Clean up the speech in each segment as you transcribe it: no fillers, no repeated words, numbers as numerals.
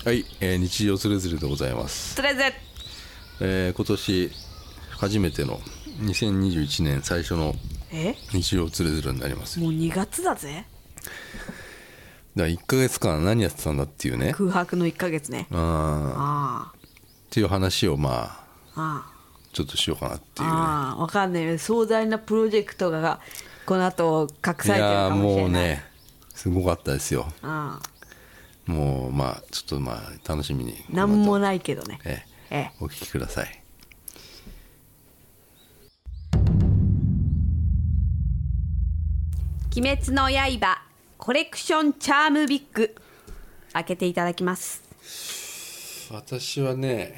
はい、日常つれづれでございます。 つれづれ、 今年初めての2021年最初の日常つれづれになります。 もう2月だぜ。 だから1ヶ月間何やってたんだっていうね、 空白の1ヶ月ね。 っていう話をちょっとしようかなっていうね。 わかんないよ、壮大なプロジェクトがこの後隠されてるかもしれない。いやもうね、すごかったですよ。もうちょっと楽しみに。 なんもないけどね。 お聞きください。 鬼滅の刃コレクションチャームビッグ、開けていただきます。 私はね、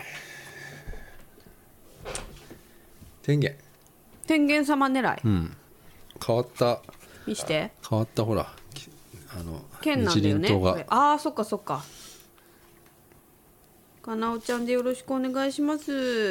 天元様狙い、 変わった見して変わったほら剣なんだよね、 日輪刀が。 そっかそっか。かなおちゃんでよろしくお願いします。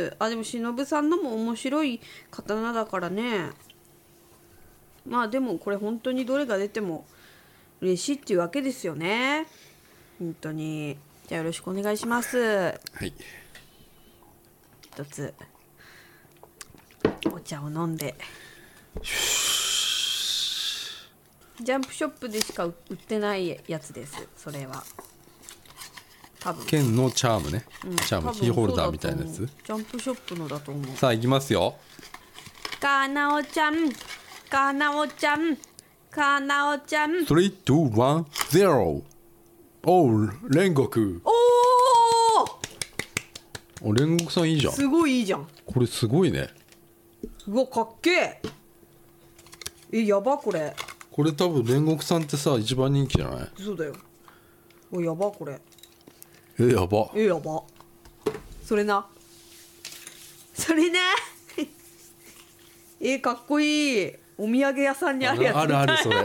でも忍さんのも面白い刀だからね。でもこれ本当にどれが出ても嬉しいっていうわけですよね、本当に。じゃあよろしくお願いします。 はい、 一つお茶を飲んで。ジャンプショップでしか売ってないやつです、それは。多分剣のチャームね、チャームキーホルダーみたいなやつ。 ジャンプショップのだと思う。 さあ行きますよ。 かなおちゃんかなおちゃんかなおちゃん、 3、2、1、0。おう、煉獄。煉獄さんいいじゃん。 すごいいいじゃん。 これすごいね。 うわ、かっけえ。やば、これ多分煉獄さんってさ一番人気じゃない？ そうだよ。やば、これやば。 やば。それなかっこいい。お土産屋さんにあるやつ。 あるそれ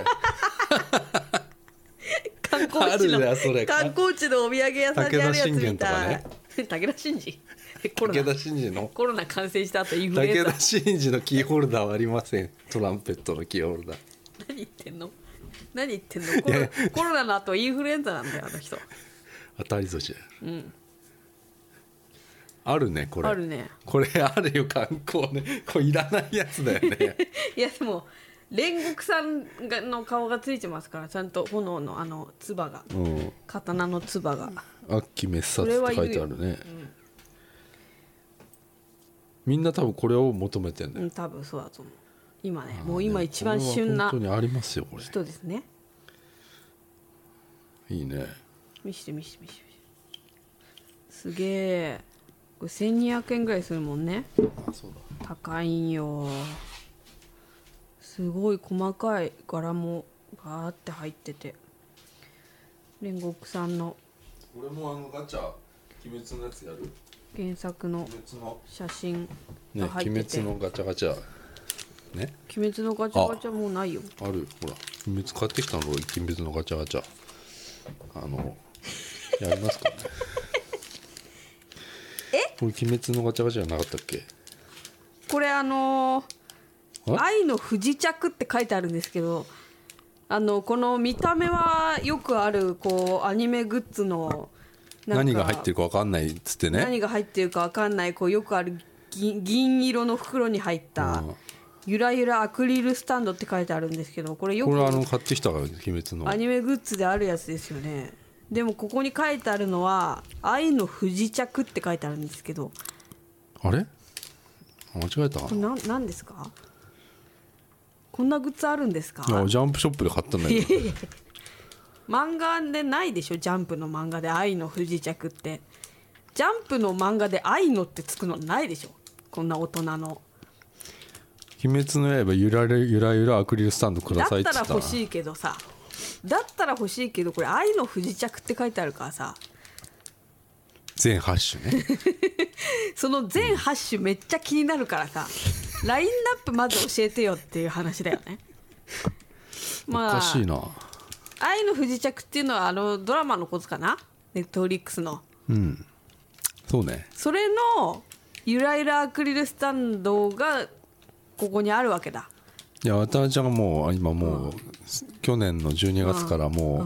観光地のあるやそれ。 観光地のお土産屋さんにあるやつみたい。武田真治武田真治のコロナ感染した後インフルエンザ。 武田真治のキーホルダーはありません。トランペットのキーホルダー。 何言ってんのコロナの後インフルエンザなんだよ、あの人。 当たり年。あるね、これ。 あるね。 これあるよ、観光ね。これいらないやつだよね。 いやでも煉獄さんの顔がついてますから、ちゃんと炎の唾が、刀の唾が。 悪鬼滅殺って書いてあるね。みんな多分これを求めてんだよ。 多分そうだと思う。今ね、もう今一番旬な本当にありますよ、これ。 人ですね。 いいね。 見してすげえ。これ1200円ぐらいするもんね。 そうだ。 高いんよ。すごい細かい柄もガーって入ってて、煉獄さんの。 俺もガチャ鬼滅のやつやる？ 原作の写真が入ってて、 鬼滅のガチャガチャね。 鬼滅のガチャガチャもうないよ。 ある、ほら鬼滅買ってきたの。鬼滅のガチャガチャやりますかね。これ鬼滅のガチャガチャじゃなかったっけ？ これ愛の不時着って書いてあるんですけど、この見た目はよくあるアニメグッズの何が入ってるか分かんないっつってね。 何が入ってるか分かんないよくある銀色の袋に入ったゆらゆらアクリルスタンドって書いてあるんですけど、これよく買ってきたから鬼滅のアニメグッズであるやつですよね。でもここに書いてあるのは愛の不時着って書いてあるんですけど、 あれ間違えた？ これ何ですか？こんなグッズあるんですか？ ジャンプショップで買ったんだけど。 漫画でないでしょ、ジャンプの漫画で愛の不時着って。ジャンプの漫画で愛のってつくのないでしょ、こんな大人の。 鬼滅の刃ゆらゆらアクリルスタンドくださいって言ったら。 だったら欲しいけどさ、これ愛の不時着って書いてあるからさ。 全8種ね。 その全8種めっちゃ気になるからさ、ラインナップまず教えてよっていう話だよね。 おかしいな。 愛の不時着っていうのはドラマのことかな、ネットフリックスの。 そうね。 それのゆらゆらアクリルスタンドがここにあるわけだ。 いや、渡辺ちゃんが今去年の12月からもう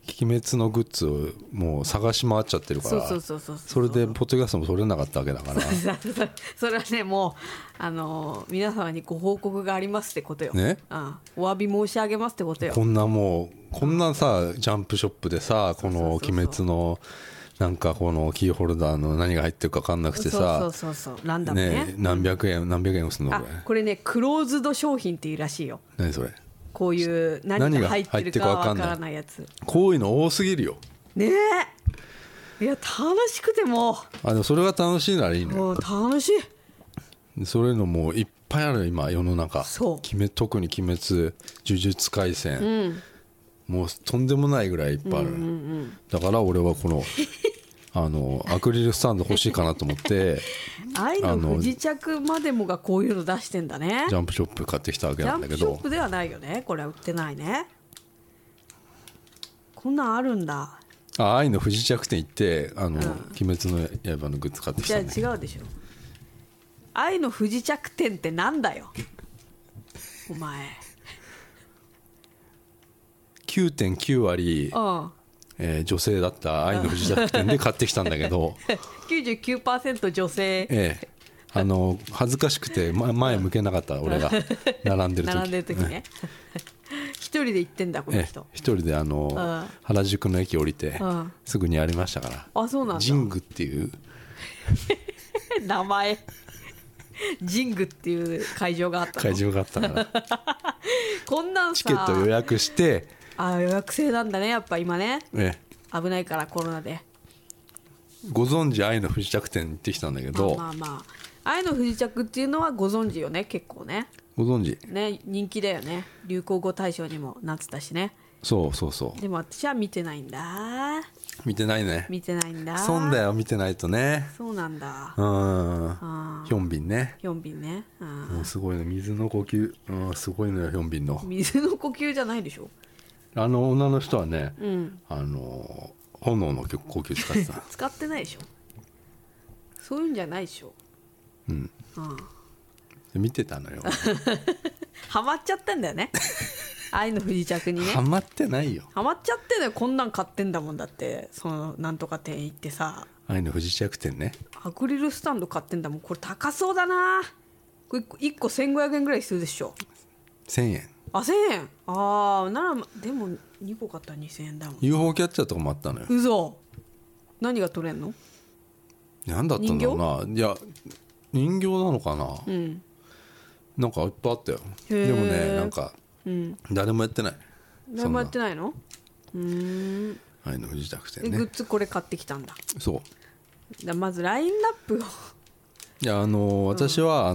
鬼滅のグッズをもう探し回っちゃってるから、それでポッドキャストも撮れなかったわけだからそれはねもう皆様にご報告がありますってことよ、 ね、 お詫び申し上げますってことよ。 こんなさジャンプショップでさこの鬼滅のなんかこのキーホルダーの何が入ってるか分かんなくてさ、 ランダムね、 何百円するのこれねクローズド商品っていうらしいよ。 何それ、 こういう何が入ってるか分からないやつ、 こういうの多すぎるよねえ。いや楽しくてもでもそれが楽しいならいいのよ。 楽しい。 そういうのもいっぱいある今世の中。特に鬼滅、呪術廻戦、もうとんでもないぐらいいっぱいある、だから俺はこのアクリルスタンド欲しいかなと思って愛の不時着までもがこういうの出してんだね。 ジャンプショップ買ってきたわけなんだけど、 ジャンプショップではないよね、これは売ってないね。こんなんあるんだ。 愛の不時着店行って鬼滅の刃のグッズ買ってきたね。 じゃあ違うでしょ。愛の不時着店ってなんだよお前。 9.9 割、女性だった愛の不時着店で買ってきたんだけど 99% 女性、 恥ずかしくて前向けなかった俺が並んでる時ね一人で行ってんだこの人。 一人で原宿の駅降りてすぐにありましたから。 あ、そうなんだ。 ジングっていう名前ジングっていう会場があったからこんなんさチケット予約して、 予約制なんだねやっぱ今ね、危ないからコロナで。 ご存知愛の不時着店に行ってきたんだけど、 愛の不時着っていうのはご存知よね。結構ねご存知ね、人気だよね。流行語大賞にもなってたしね。 そうでも私は見てないんだ。 見てないね。 見てないんだ。 損だよ見てないとね。 そうなんだ。 ヒョンビンね。もうすごいね、水の呼吸、すごいのよヒョンビンの。 水の呼吸じゃないでしょ。 女の人はね、炎の呼吸使ってた使ってないでしょ。そういうんじゃないでしょ。 見てたのよハマっちゃったんだよね愛の不時着にね。 ハマってないよ。 ハマっちゃってんだよ。こんなん買ってんだもん。だってそのなんとか店行ってさ、 愛の不時着店ね、 アクリルスタンド買ってんだもん。これ高そうだな。これ1個1500円ぐらいするでしょ。 1000円。 1000円。ならでも2個買ったら2000円だもん。 UFO キャッチャーとかもあったのよ。 嘘。何が取れんの。 何だったんだろうな。いや人形なのかな、なんかいっぱいあったよ。でもねなんか、誰もやってない。 誰もやってないの。 愛の不時着店ね。 グッズこれ買ってきたんだ。 そうまずラインナップをいや私は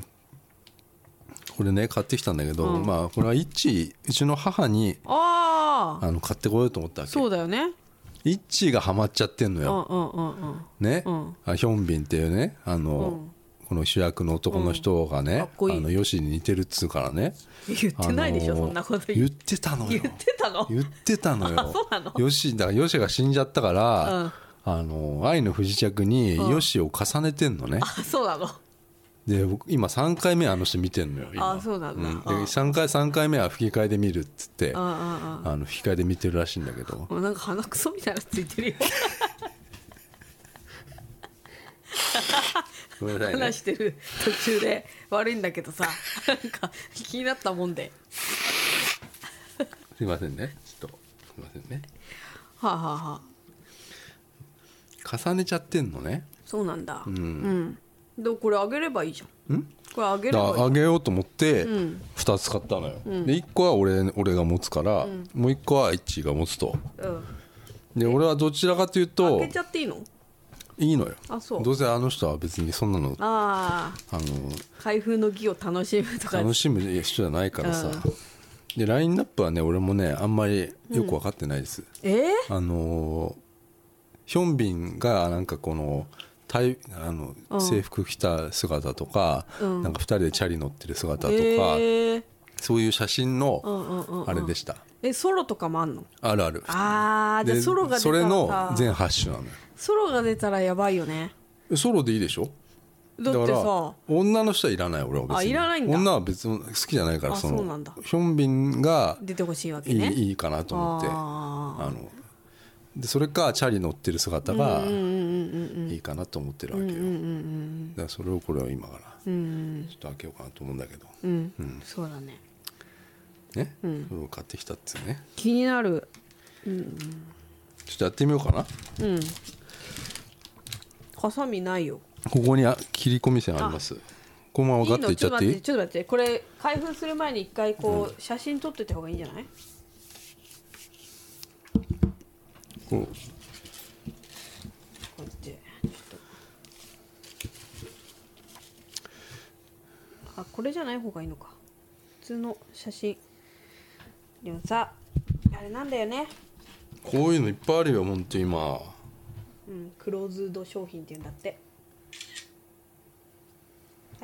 これね買ってきたんだけど、これはうちの母に買ってこようと思ったわけ。 そうだよね。 イッチーがハマっちゃってんのよ、ね、ヒョンビンっていうねこの主役の男の人がね、ヨシに似てるっつうからね。 言ってないでしょ、そんなこと言ってたのよ。 言ってたのよヨシが死んじゃったから、愛の不時着にヨシを重ねてんのね。 そうなの。 で僕今3回目して見てんのよ今。 そうなんだ。 で3回目は吹き替えで見るっつって吹き替えで見てるらしいんだけど、 なんか鼻くそみたいなのついてるよごめんなさいね、 話してる途中で悪いんだけどさ、なんか気になったもんですいませんね、ちょっとすいませんね。重ねちゃってんのね。 そうなんだ。でこれあげればいいじゃん。これあげればいい。 あげようと思って2つ買ったのよ。で1個は俺が持つから、もう1個はイッチーが持つと。で俺はどちらかというとあげちゃっていいの。 いいのよ。 どうせあの人は別にそんなの開封の儀を楽しむとか楽しむ人じゃないからさ。でラインナップはね俺もねあんまりよく分かってないです。ヒョンビンがなんかこの制服着た姿とか、なんか2人でチャリ乗ってる姿とか、そういう写真のあれでした。 ソロとかもあんの。 あるある。 じゃあソロが出たらさ、 それの全8種なのよ。 ソロが出たらやばいよね。 ソロでいいでしょ。 だってさ、 女の人はいらない。俺は別にいらないんだ。 女は別に好きじゃないから、 そうなんだ。 ヒョンビンが出てほしいわけね。 いいかなと思ってでそれかチャリ乗ってる姿がいいかなと思ってるわけよ。だからそれをこれは今からちょっと開けようかなと思うんだけど、 そうだね。 ね、それを買ってきたっつうね。 気になる。 ちょっとやってみようかな。 ハサミないよ。 ここに切り込み線あります。このままガッといっちゃっていい？ ちょっと待って、これ開封する前に一回こう、写真撮ってた方がいいんじゃない？ こうこうやってちょっと、これじゃない方がいいのか。普通の写真でもさ、あれなんだよね。 こういうのいっぱいあるよ本当今。 クローズド商品っていうんだって。はい。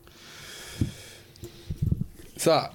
さあ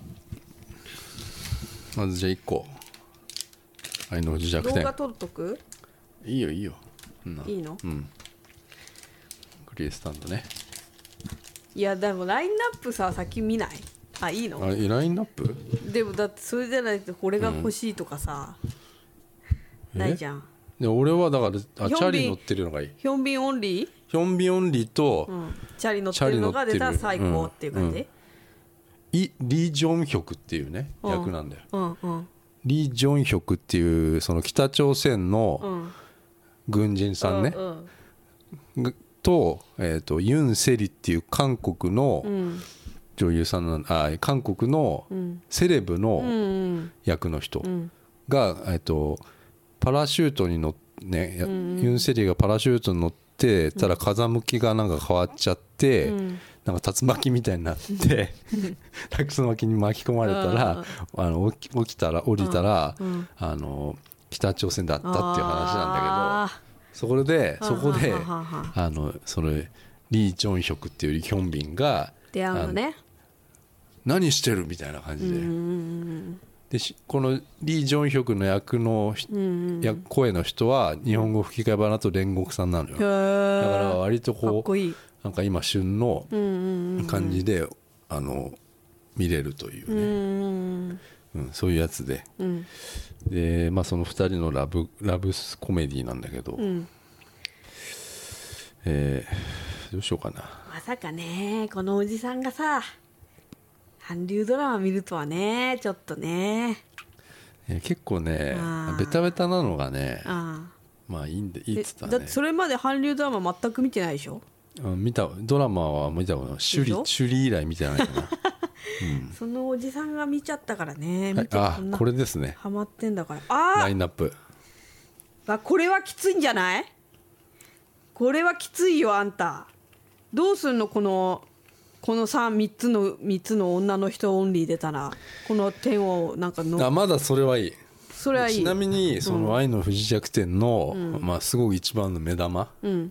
まずじゃあ1個愛の不時着点。 動画撮っとく？ いいよいいよ。 いいの？ クリエスタンドね。 いやでもラインナップさ先見ない？いいの？ ラインナップ？ でもだってそれじゃないとこれが欲しいとかさ、ないじゃん。 で俺はだからチャリ乗ってるのがいい。 ヒョンビンオンリー？ ヒョンビンオンリーと、 チャリ乗ってるのが出たら最高っていう感じ？ リ・ジョンヒョクっていうね役なんだよ。リ・ジョンヒョクっていうその北朝鮮の軍人さんね、と、ユン・セリっていう韓国の女優さん韓国のセレブの役の人が、パラシュートに乗ってね、ユン・セリがパラシュートに乗ってたら風向きがなんか変わっちゃって、なんか竜巻みたいになって竜巻に巻き込まれたら起きたら降りたら北朝鮮だったっていう話なんだけど、そこでそれリ・ジョンヒョクっていうリ・ヒョンビンが出会うのね。 何してるみたいな感じで、このリ・ジョンヒョクの役の声の人は日本語吹き替え版だと煉獄さんなのよ。だから割とこうなんか今旬の感じで見れるというね、そういうやつで、でまあその2人のラブコメディなんだけど、どうしようかな。 まさかねこのおじさんがさ韓流ドラマ見るとはね、ちょっとね、 結構ねベタベタなのがね、まあいいんでいいっつったね。 だってそれまで韓流ドラマ全く見てないでしょ？ ドラマは見たことない。首里以来見てないかな。 そのおじさんが見ちゃったからね。 これですね。 ハマってんだから。 ラインナップ。 これはきついんじゃない？これはきついよあんた。どうすんのこの3つの女の人オンリー出たらこの点をなんかまだそれはいい。 それはいい。 ちなみにその愛の不時着点の、まあすごく一番の目玉。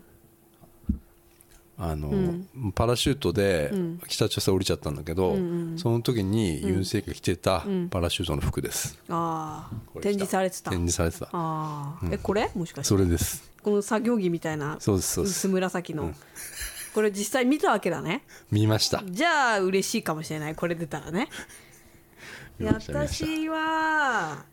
パラシュートで北朝鮮降りちゃったんだけど、その時にユン・セイが着てたパラシュートの服です。 展示されてた。これもしかしてそれです。 この作業着みたいな薄紫の、これ実際見たわけだね。 見ました。 じゃあ嬉しいかもしれない、これ出たらね。私は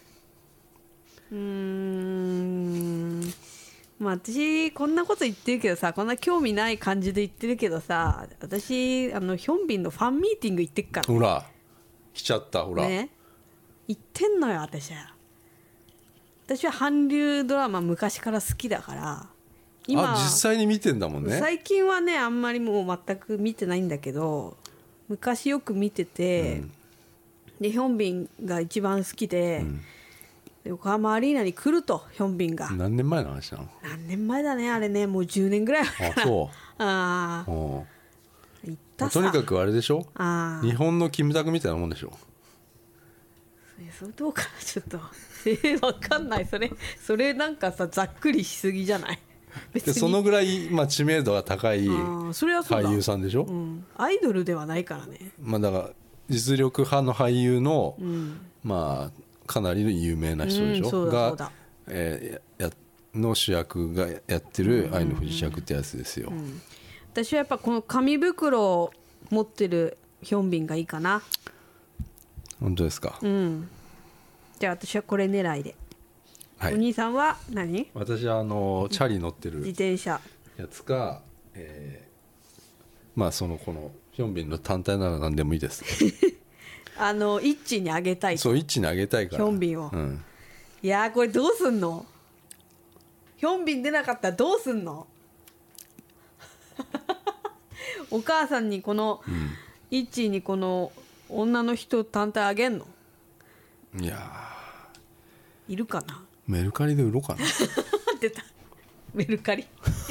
まあ私こんなこと言ってるけどさ、こんな興味ない感じで言ってるけどさ、私ヒョンビンのファンミーティング行ってっから、 ほら来ちゃった。ほらね、行ってんのよ。私は韓流ドラマ昔から好きだから。 実際に見てんだもんね。 最近はねあんまりもう全く見てないんだけど、昔よく見てて、でヒョンビンが一番好きで、横浜アリーナに来ると。ヒョンビンが何年前の話なの？ 何年前だねあれね、もう10年ぐらい前かな。 そう行ったさ。 とにかくあれでしょ、日本のキムタクみたいなもんでしょ。 それどうかな、ちょっと分かんない。それなんかさざっくりしすぎじゃない？ でそのぐらい、知名度が高い俳優さんでしょ、 アイドルではないからね。 だから実力派の俳優の、かなり有名な人でしょ、が、の主役がやってる愛の不時着ってやつですよ。 私はやっぱこの紙袋を持ってるヒョンビンがいいかな。 本当ですか？ じゃあ私はこれ狙いで。 はい、 お兄さんは何？ 私はチャリ乗ってる自転車やつか、まあこのヒョンビンの単体なら何でもいいですイッチにあげたい。 そうイッチにあげたいからヒョンビンを、 うん、 いやこれどうすんの？ヒョンビン出なかったらどうすんの？お母さんにこの、イッチにこの女の人単体あげんの？ いやいるかな？ メルカリで売ろうかな出たメルカリメルカ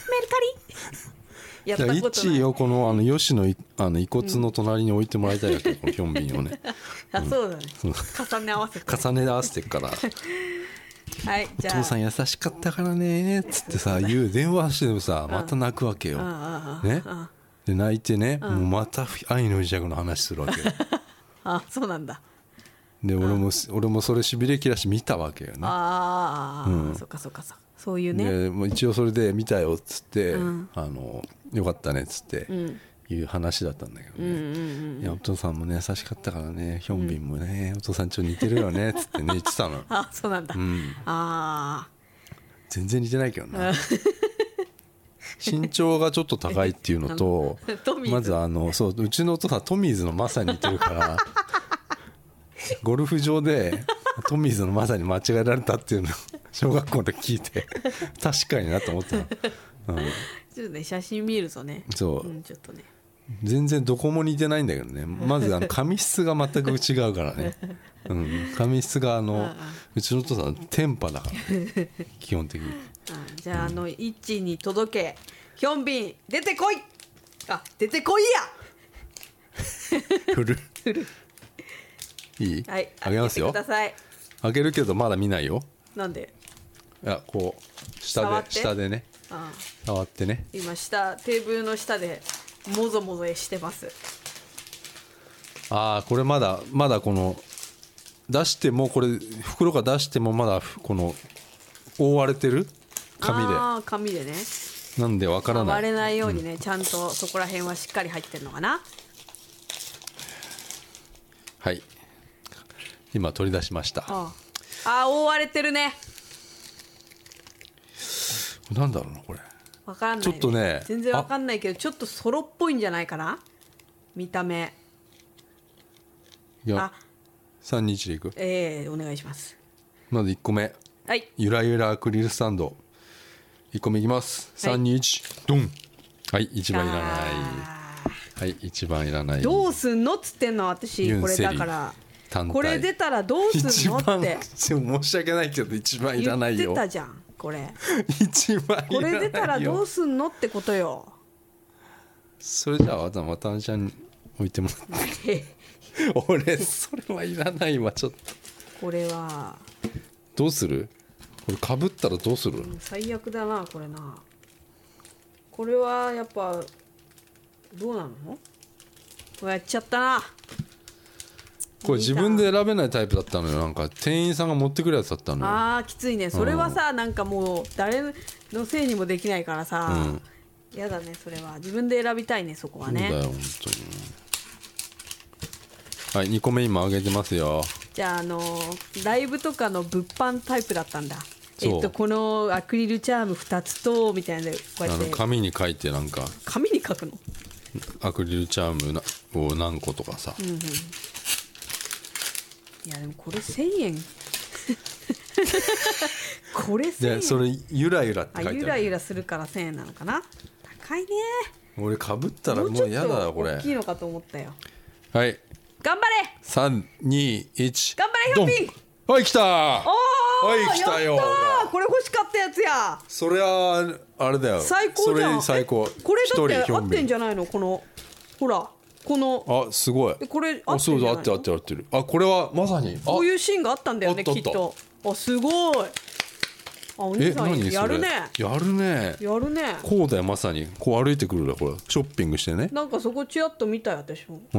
リやったイッことない。 チをこのヨシの遺骨の隣に置いてもらいたいわけよ、このヒョンビンをねあ、そうだね、重ね合わせて重ね合わせてっからはい、じゃあお父さん優しかったからねっつってさ電話してもさまた泣くわけよ、ね、で泣いてね、もうまた愛の不時着の話するわけよあ、そうなんだ。 で俺もそれしびれ切らして見たわけよね。 ああ、そっかそっか、そういうね。 でもう一応それで見たよっつって、よかったねっつっていう話だったんだけどね、いやお父さんもね優しかったからね、ヒョンビンもね、お父さんちょっと似てるよねっつってね言ってたの。 あ、そうなんだ、ああ全然似てないけどな身長がちょっと高いっていうのとまずそううちのお父さんトミーズのマサに似てるからゴルフ場でトミーズのマサに間違えられたっていうのを小学校で聞いて確かになと思ったの、 ちょっとね写真見るとね、 そう、 ちょっとね全然どこも似てないんだけどね。まず髪質が全く違うからね、髪質がうちのお父さん天パだから基本的に。 じゃあイッチに届け、ヒョンビン出てこい、あ、出てこいや振るいい、 はい、 あげますよ。 ください。 あげるけどまだ見ないよ。 なんで？ いやこう下でね、触ってね。 今テーブルの下でもぞもぞしてます。 ああこれまだこの出しても、これ袋から出してもまだこの覆われてる紙でね、 なんでわからない、 割れないようにね、ちゃんとそこら辺はしっかり入ってるのかな。 はい、今取り出しました。 覆われてるね。 なんだろうなこれ、 わかんない、 ちょっとね全然わかんないけど、ちょっとソロっぽいんじゃないかな、見た目。 いや321でいく。 お願いします。 まず1個目、 はい、 ゆらゆらアクリルスタンド1個目いきます。321ドン。はい、1番いらない。はい、1番いらない。 どうすんのっつってんの私。これだからこれ出たらどうすんのって申し訳ないけど1番いらないよ。 言ってたじゃんこれ 1番いらないよ。 これ出たらどうすんのってことよ。 それじゃあ渡辺ちゃんに置いてもらって俺それはいらないわ。ちょっとこれはどうする？これかぶったらどうする？ 最悪だなこれな。これはやっぱどうなの？これやっちゃったな。 これ自分で選べないタイプだったのよ。なんか店員さんが持ってくるやつだったのよ。 あーきついねそれはさ、なんかもう誰のせいにもできないからさ、やだねそれは。自分で選びたいねそこはね。 そうだよ本当に。はい2個目今上げてますよ。 じゃあライブとかの物販タイプだったんだ。このアクリルチャーム2つとみたいな、こうやって紙に書いて、なんか紙に書くのアクリルチャームを何個とかさ、 いやでもこれ1000円これ1000円でそれゆらゆらって書いてある。 ゆらゆらするから1000円なのかな。高いね。 俺かぶったらもうやだよこれ。 大きいのかと思ったよ。 はい頑張れ 321 頑張れヒョンビン。 はい来た。 はい来たよ。 やったこれ欲しかったやつや。 それはあれだよ。 最高じゃん。 それ最高。 これだって合ってんじゃないの。このほらこのあすごい。 これ合ってんじゃないの。 そうだ合ってる。あこれはまさにこういうシーンがあったんだよねきっと。あすごい。あお兄さんやるね。 やるね。こうだよまさに。こう歩いてくるだこれ。ショッピングしてね。 なんかそこちらっと見たよ私も。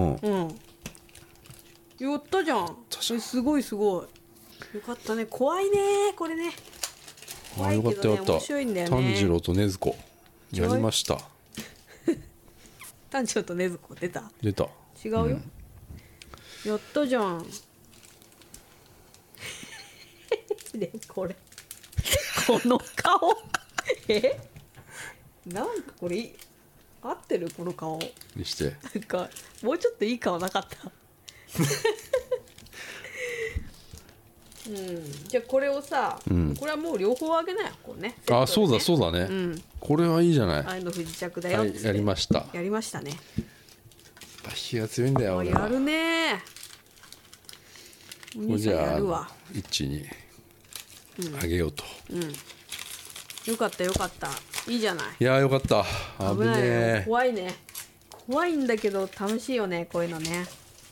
やったじゃん。すごいよかったね。怖いねこれね。怖いけどね面白いんだよね。 炭治郎と禰豆子やりました。 炭治郎と禰豆子出た。違うよ、やったじゃんでこれこの顔なんかこれ合ってるこの顔。 にしてなんかもうちょっといい顔なかったうん、じゃあこれをさ、 うん、 これはもう両方あげなよこうね。 あ、そうだそうだね、うん、これはいいじゃない。 愛の不時着だよっつって、 はい、やりました。 やりましたね。 火が強いんだよ俺は。 やるね。お兄さんやるわ。 一にあげようと、 うんうん、よかったよかった、いいじゃない。 いやよかった。危ないよ、怖いね。怖いんだけど楽しいよねこういうのね。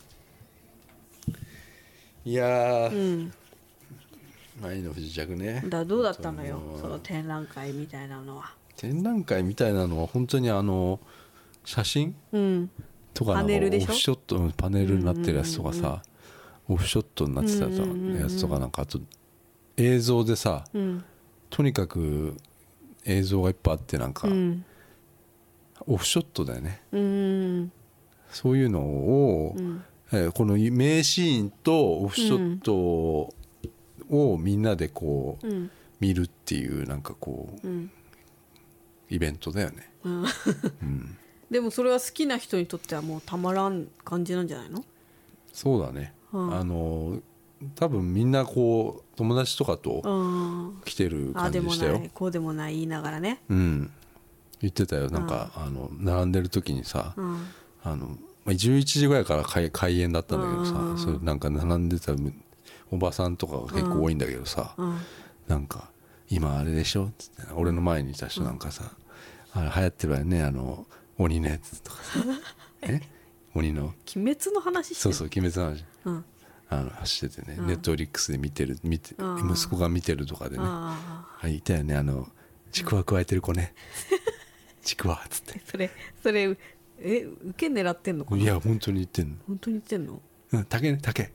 いやー、愛の不時着ね。 どうだったのよその展覧会みたいなのは。 展覧会みたいなのは本当に写真、とかパネルでしょ、 オフショットパネルになってるやつとかさ、オフショットになってたやつとか、なんかあと映像でさ、とにかく映像がいっぱいあって、なんか、オフショットだよね、そういうのを、この名シーンとオフショットをみんなでこう、見るっていうなんかこう、イベントだよね、 でもそれは好きな人にとってはもうたまらん感じなんじゃないの。 そうだね、多分みんなこう友達とかと来てる感じでしたよ。 あでもないこうでもない言いながらね、 言ってたよ。なんか並んでる時にさ、11時ぐらいから開演だったんだけどさ、それなんか並んでたおばさんとかが結構多いんだけどさ、なんか今あれでしょっつって、俺の前にいた人なんかさ、あれ流行ってるわよね、鬼のやつとかさ鬼の鬼滅の話してる。 そう鬼滅の話、走っててね、ネットフリックスで見て息子が見てるとかでね、いたよね、ちくわ加えてる子ねちくわっつって。 それ受け狙ってんのかな。 いや本当に言ってんの。 本当に言ってんの。 竹ね竹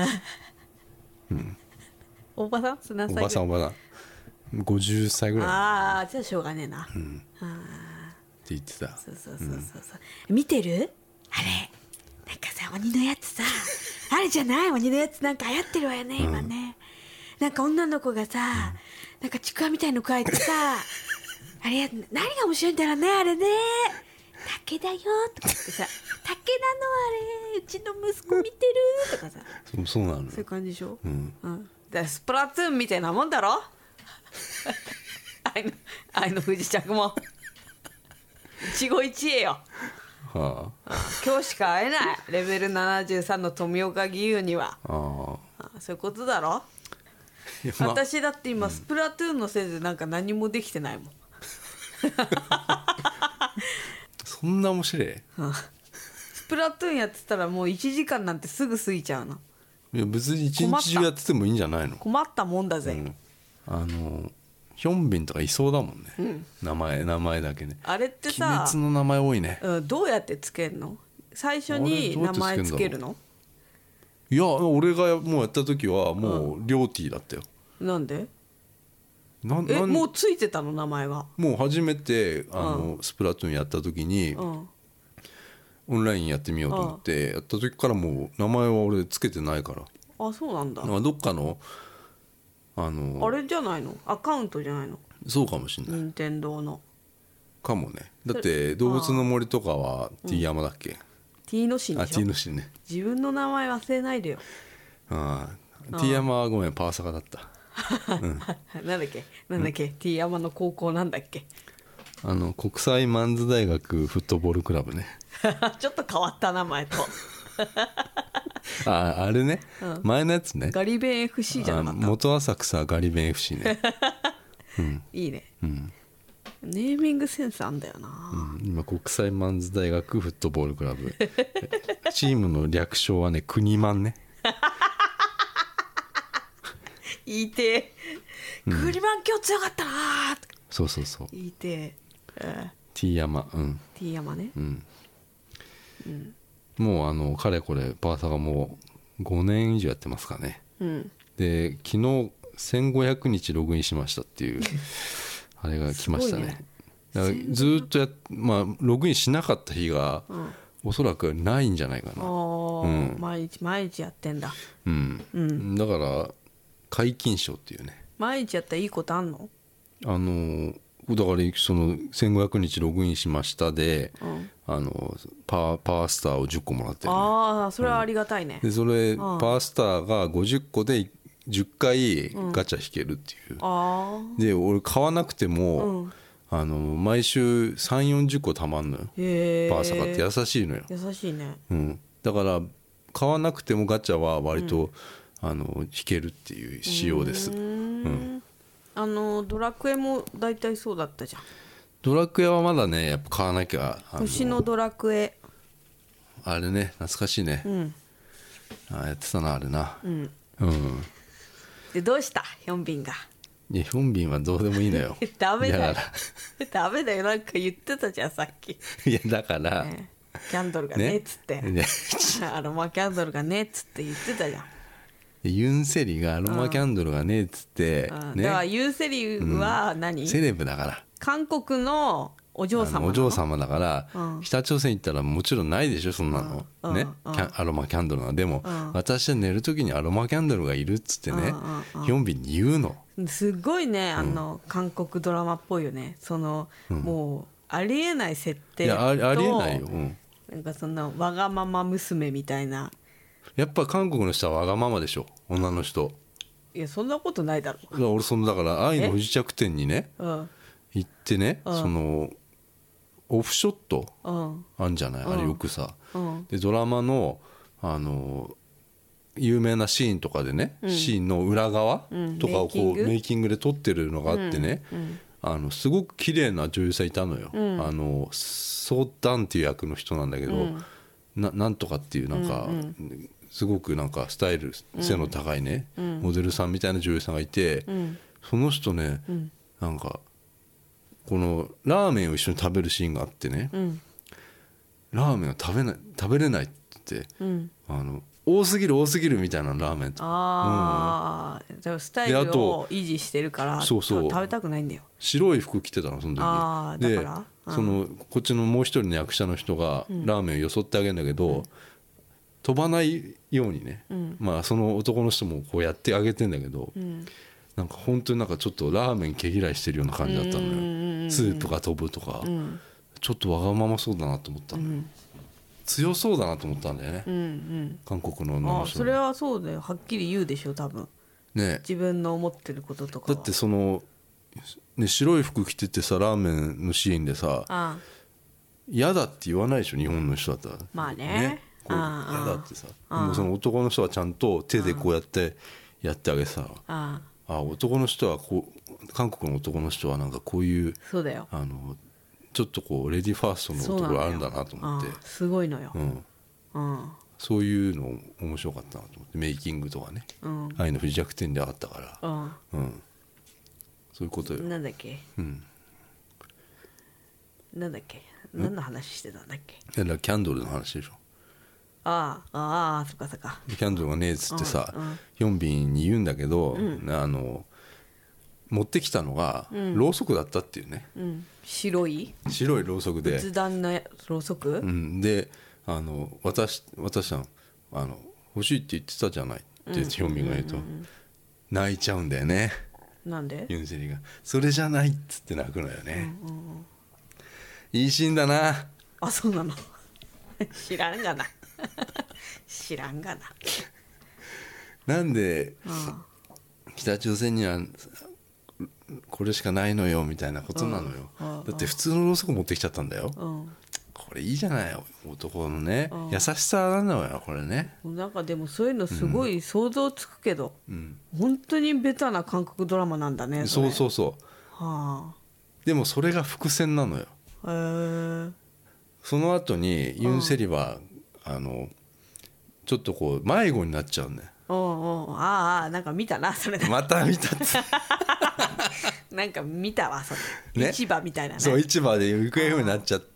おばさん何歳ぐらい。 おばさん50歳ぐらい。 ああじゃあしょうがねえな、って言ってた。 そう見てるあれ、なんかさ鬼のやつさあれじゃない、鬼のやつなんか流行ってるわよね今ね、なんか女の子がさ、なんかちくわみたいの加えてさあれ何が面白いんだろうねあれね、竹だよとか言ってさ竹なのあれ、うちの息子見てるとかさそうなの。 そういう感じでしょ、だスプラトゥーンみたいなもんだろ愛の不時着も一期一会よ、今日しか会えないレベル73の富岡義勇には。そういうことだろ。私だって今スプラトゥーンのせいでなんか何もできてないもんそんな面白い。 スプラトゥーンやってたらもう1時間なんてすぐ過ぎちゃうの。 いや別に一日中やっててもいいんじゃないの。 困ったもんだぜ、 ヒョンビンとかいそうだもんね、名前だけね。 あれってさ鬼滅の名前多いね、 どうやってつけるの。最初に名前つけるの。 いや俺がもうやった時はもうリョーティーだったよ。 なんでもうついてたの名前が。もう初めてスプラトゥーンやった時に、オンラインやってみようと思ってやった時からもう名前は俺つけてないから。 あ、そうなんだ。 どっかのあれじゃないの、アカウントじゃないの。 そうかもしれない。 任天堂のかもね。だって動物の森とかは T 山だっけ、 T のシンでしょ。 T のシンね。 自分の名前忘れないでよ。 T 山はごめんパワサカだった、 なんだっけ、T 山の高校なんだっけ。 国際マンズ大学フットボールクラブねちょっと変わった名前とあれね、前のやつね。 ガリベン FC じゃなかった。 元浅草ガリベン FC ねいいね、ネーミングセンスあんだよな、 今国際マンズ大学フットボールクラブチームの略称はね国マンね言いて国マン今日強かったな。 そう言いて T 山 T 山ね、 もうかれこれパーサがもう5年以上やってますかね、で昨日1500日ログインしましたっていうあれが来ましたね。だからずっとログインしなかった日が、おそらくないんじゃないかな。 毎日やってんだ。 だから皆勤賞っていうね。 毎日やったらいいことあんの？ だからその1500日ログインしましたで、パワースターを10個もらってる、ね、 ああそれはありがたいね、 でそれパワースターが50個で10回ガチャ引けるっていう、で俺買わなくても、毎週3、40個たまんのよ。パワースターって優しいのよ。 優しいね、 だから買わなくてもガチャは割と、引けるっていう仕様です。 ドラクエも大体そうだったじゃん。 ドラクエはまだねやっぱ買わなきゃ。 星のドラクエあれね懐かしいね、やってたなあれな。 でどうしたヒョンビンが。 いやヒョンビンはどうでもいいのよ。 ダメだよダメだよなんか言ってたじゃんさっき。 いやだから、 キャンドルがねっつって、アロマキャンドルがねっつって言ってたじゃん。 ユンセリがアロマキャンドルがねっつって、 だからユンセリは何、 セレブだから韓国のお嬢様お嬢様だから、北朝鮮行ったらもちろんないでしょそんなの、ね、アロマキャンドルが。でも、私は寝る時にアロマキャンドルがいるっつってね、ヒョンビンに言うの。 すごいね韓国ドラマっぽいよね。その、もうありえない設定と。 いやありえないよ、 なんかそんなわがまま娘みたいな。 やっぱ韓国の人はわがままでしょ女の人。 いやそんなことないだろ。 俺だから愛の不時着店にね行ってね、そのオフショットあんじゃない、あれよくさ、でドラマの有名なシーンとかでね、シーンの裏側とかをこうメイキングで撮ってるのがあってね、すごく綺麗な女優さんいたのよ、ソーダンっていう役の人なんだけど、なんとかっていうなんか、すごくなんかスタイル背の高いね、モデルさんみたいな女優さんがいて、その人ね、なんかこのラーメンを一緒に食べるシーンがあってね、ラーメンを食べれないって言って、多すぎるみたいなラーメンと。 でもスタイルを維持してるから食べたくないんだよ。 白い服着てたのその時で、こっちのもう一人の役者の人がラーメンをよそってあげるんだけど、飛ばないようにね、その男の人もこうやってあげてんだけど、なんか本当になんかちょっとラーメン毛嫌いしてるような感じだったのよ。スープが飛ぶとか、ちょっとわがままそうだなと思ったのよ、強そうだなと思ったんだよね、韓国の女の人。 それはそうだよ、はっきり言うでしょ多分ね。自分の思ってることとかだってその、ね、白い服着ててさラーメンのシーンでさ嫌だって言わないでしょ日本の人だったら。 まあね嫌だってさ、でもその男の人はちゃんと手でこうやってやってあげてさ、男の人はこう韓国の男の人はなんかこういうそうだよちょっとこうレディーファーストのところあるんだなと思って。 すごいのよ、 そういうの面白かったなと思って、メイキングとかね、愛の不時着店であったから、そういうことよ。 なんだっけ、なんだっけ、何の話してたんだっけ。 キャンドルの話でしょ。 そっかそっか。 キャンドルがねえっつってさ、ヒョンビンに言うんだけど、持ってきたのがろうそくだったっていうね、 白いろうそくで仏壇のろうそく、 で渡したの欲しいって言ってたじゃないってヒョンビンが言うと、泣いちゃうんだよね。 なんでユンセリがそれじゃないっつって泣くのよね、いいシーンだな。 そうなの知らんがな知らんがな。 なんで北朝鮮にはこれしかないのよみたいなことなのよ、だって普通のろうそく持ってきちゃったんだよ、これいいじゃない男のね、優しさなのよこれね。 なんかでもそういうのすごい想像つくけど、本当にベタな韓国ドラマなんだね。 そうでもそれが伏線なのよ。その後にユンセリはちょっとこう迷子になっちゃうんだよ。 なんか見たなそれで。 また見たってなんか見たわそれ、市場みたいなね。 そう市場で行方不明になっちゃって、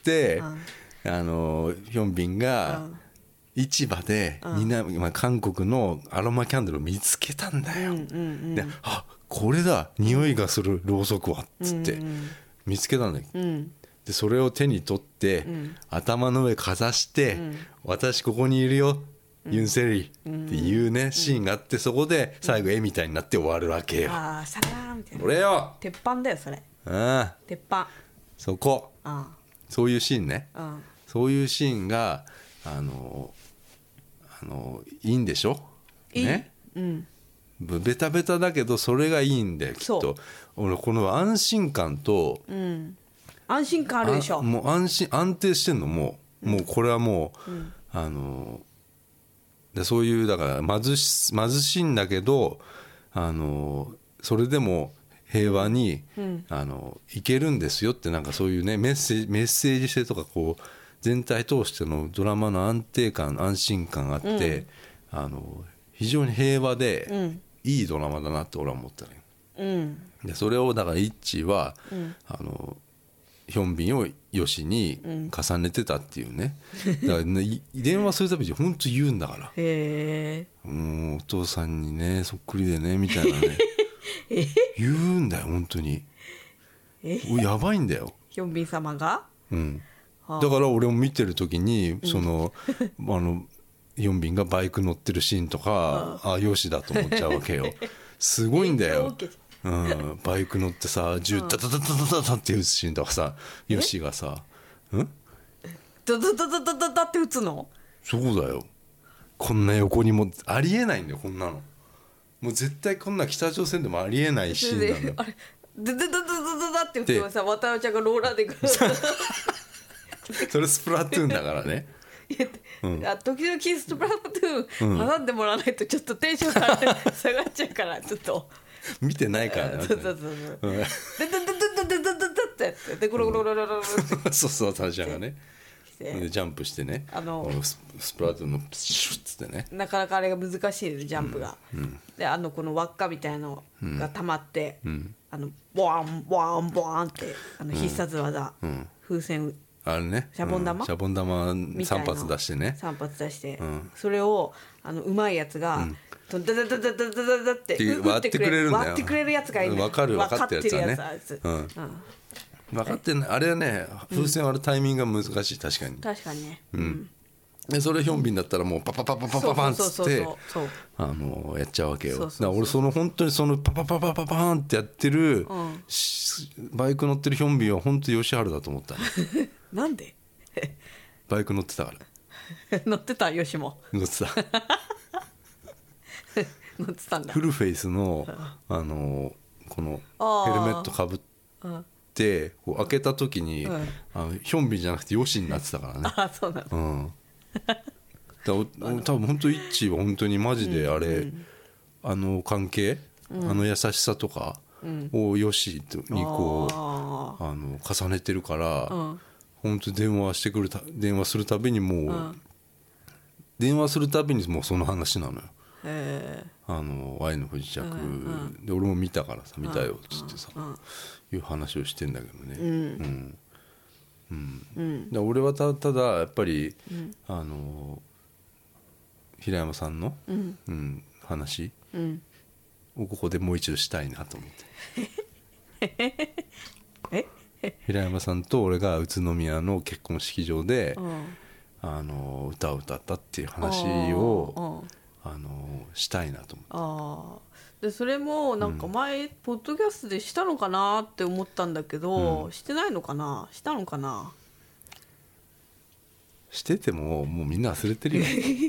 ヒョンビンが市場で韓国のアロマキャンドルを見つけたんだよ、でこれだ匂いがするろうそくはっつって見つけたんだよ、でそれを手に取って、頭の上かざして、私ここにいるよユンセリっていうね、シーンがあって、そこで最後絵みたいになって終わるわけよ。 ああサラーみたいな。 これよ。 鉄板だよそれ。鉄板。 そこ。そういうシーンね。そういうシーンがいいんでしょ。ね。ベタベタだけどそれがいいんだよきっと。俺この安心感と、 安心感あるでしょ。 もう安定してんの。もうこれはもう、でそういうだから貧しいんだけどそれでも平和に、いけるんですよって、なんかそういうねメッセージ性とかこう全体通してのドラマの安定感安心感があって、非常に平和で、いいドラマだなって俺は思ったね。でそれをだからイッチーは、ヒョンビンをヨシに重ねてたっていうね。だからね電話するたびに本当言うんだから。お父さんにねそっくりでねみたいなね言うんだよ本当に。やばいんだよヒョンビン様が。 だから俺も見てる時にそのヒョンビンがバイク乗ってるシーンとかヨシだと思っちゃうわけよ。すごいんだよ。バイク乗ってさ銃ダダダダダダって撃つシーンとかさ、ヨシがさダダダダダダダって撃つの。 そうだよ。こんな横にもありえないんだよこんなの。もう絶対こんな北朝鮮でもありえないシーンなんだよ。 あれダダダダダダダって撃ってもさ渡辺ちゃんがローラーでそれスプラトゥーンだからね。 時々スプラトゥーン挟んでもらわないとちょっとテンション下がっちゃうからちょっと見てないからね。そうそうサラちゃんがねでジャンプしてねスプラトゥーンのシュッつってね。 なかなかあれが難しいねジャンプが。でこの輪っかみたいのが溜まってボワンボワンボワンって必殺技風船あれねシャボン玉 3発出してね。 3発出してそれをうまいやつがダダダダダダダダって割ってくれるんだよ。 割ってくれるやつがいる。 分かってるやつはね。分かってない。あれはね風船割るタイミングが難しい。確かにね。 でそれヒョンビンだったらもうパパパパパパパンっつってやっちゃうわけよ。だから俺本当にそのパパパパパパンってやってるバイク乗ってるヒョンビンは本当に吉原だと思ったね。 なんで？ バイク乗ってたから。 乗ってた。吉も乗ってた。 乗ってたんだ。 フルフェイスのこのヘルメットかぶってこう開けた時にヒョンビンじゃなくてヨシになってたからね。 あ、そうなの。 多分本当イッチーは本当にマジであれ関係優しさとかをヨシにこう重ねてるから本当に電話するたびにもう電話するたびにもうその話なのよ。愛の不時着で俺も見たからさ見たよっつってさいう話をしてんだけどね。で俺はただやっぱり平山さんの話をここでもう一度したいなと思って。平山さんと俺が宇都宮の結婚式場で歌を歌ったっていう話をしたいなと思って。 でそれもなんか前ポッドキャストでしたのかなって思ったんだけど、してないのかな。したのかな。 しててももうみんな忘れてるよ。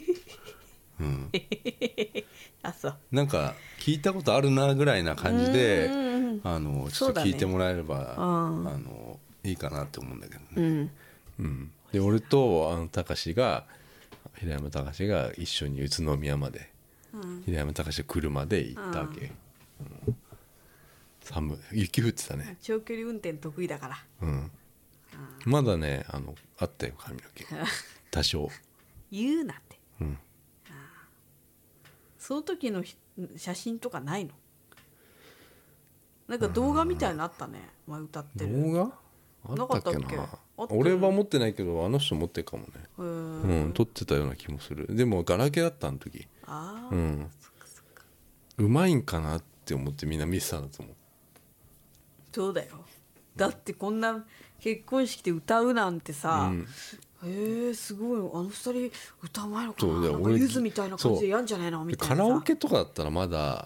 あ、そう。 なんか聞いたことあるなぐらいな感じでちょっと聞いてもらえれば、いいかなって思うんだけどね。で俺と平山隆が一緒に宇都宮まで、平山隆が来るまで行ったわけ。雪降ってたね。 長距離運転得意だから。 まだねあったよ髪の毛多少。 言うなって。その時の写真とかないの？なんか動画みたいなのあったね。前歌ってる動画あったっけな。俺は持ってないけどあの人持ってるかもね。撮ってたような気もする。でもガラケーだったあの時。うまいんかなって思ってみんな見てたんだと思う。 そうだよ。だってこんな結婚式で歌うなんてさ、 へえ、すごい。あの二人歌うまいのかな。 そうだなんかゆずみたいな感じでやんじゃねえのみたいなさ。 カラオケとかだったらまだ、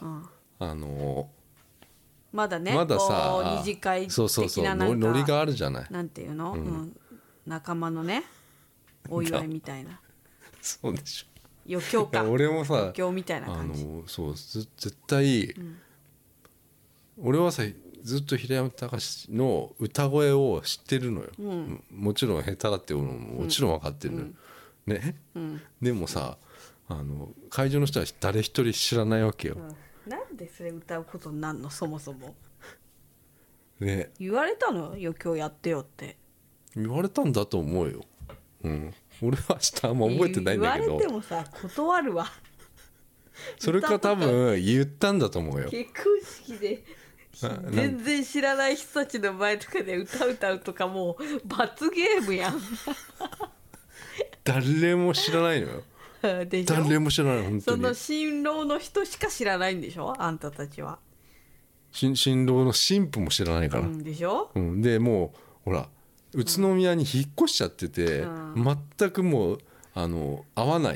まだね、 まだこうさ二次会そうそうそう的ななんかノリがあるじゃない。 なんていうの、仲間のねお祝いみたいなそうでしょ。 余興か。 俺もさ余興みたいな感じ。 そう絶対、俺はさずっと平山隆の歌声を知ってるのよ、もちろん下手だっていうのももちろん分かってるのよ、ね、でもさ会場の人は誰一人知らないわけよ、 なんでそれ歌うことになんのそもそも。 ね、 言われたの余興やってよって。 言われたんだと思うよ、俺はあんま覚えてないんだけど、 言われてもさ断るわ。 それか多分言ったんだと思うよ。 結婚式で全然知らない人たちの前とかで歌うとかもう罰ゲームやん。 誰も知らないのよ。 でしょ。 誰も知らない本当に。 その新郎の人しか知らないんでしょあんたたちは。 新郎の新婦も知らないから、 でしょ、 でもうほら宇都宮に引っ越しちゃってて、全くもう会わない、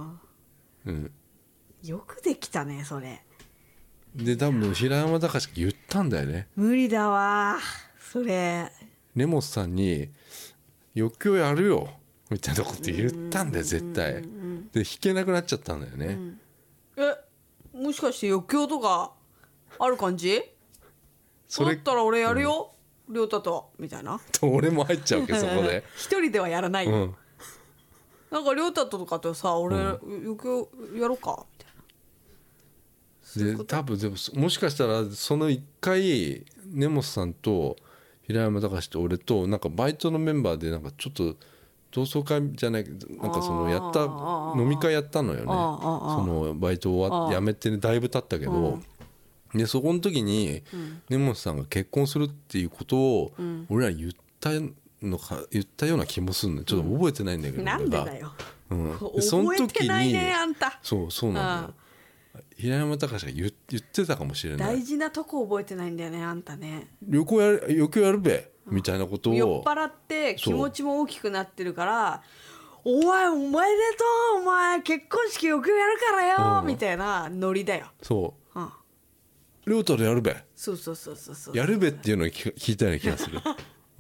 よくできたねそれで。多分平山隆が言ったんだよね。 無理だわそれ。 根本さんに余興やるよみたいなこと言ったんだよ絶対。で弾けなくなっちゃったんだよね、 もしかして余興とかある感じそれだったら俺やるよ、亮太とみたいな。 俺も入っちゃうけどそこで一人ではやらないよ、なんか亮太とかとさ俺、余興やろうかみたいな。 で多分でももしかしたらその1回根本さんと平山隆と俺となんかバイトのメンバーでなんかちょっと同窓会じゃないけどなんかそのやった飲み会やったのよね。そのバイトを辞めて、だいぶ経ったけど、でそこの時に根本さんが結婚するっていうことを俺ら言ったような気もするの。ちょっと覚えてないんだけど、 なんでだよ、 その時に覚えてないねあんた。 そうなのよ。平山隆が言ってたかもしれない。 大事なとこ覚えてないんだよねあんたね。 余興やるべみたいなことを酔っ払って気持ちも大きくなってるから「お前おめでとうお前結婚式余興やるからよ」みたいなノリだよ。 そう亮太でやるべ。 そうやるべっていうのを聞いたような気がする。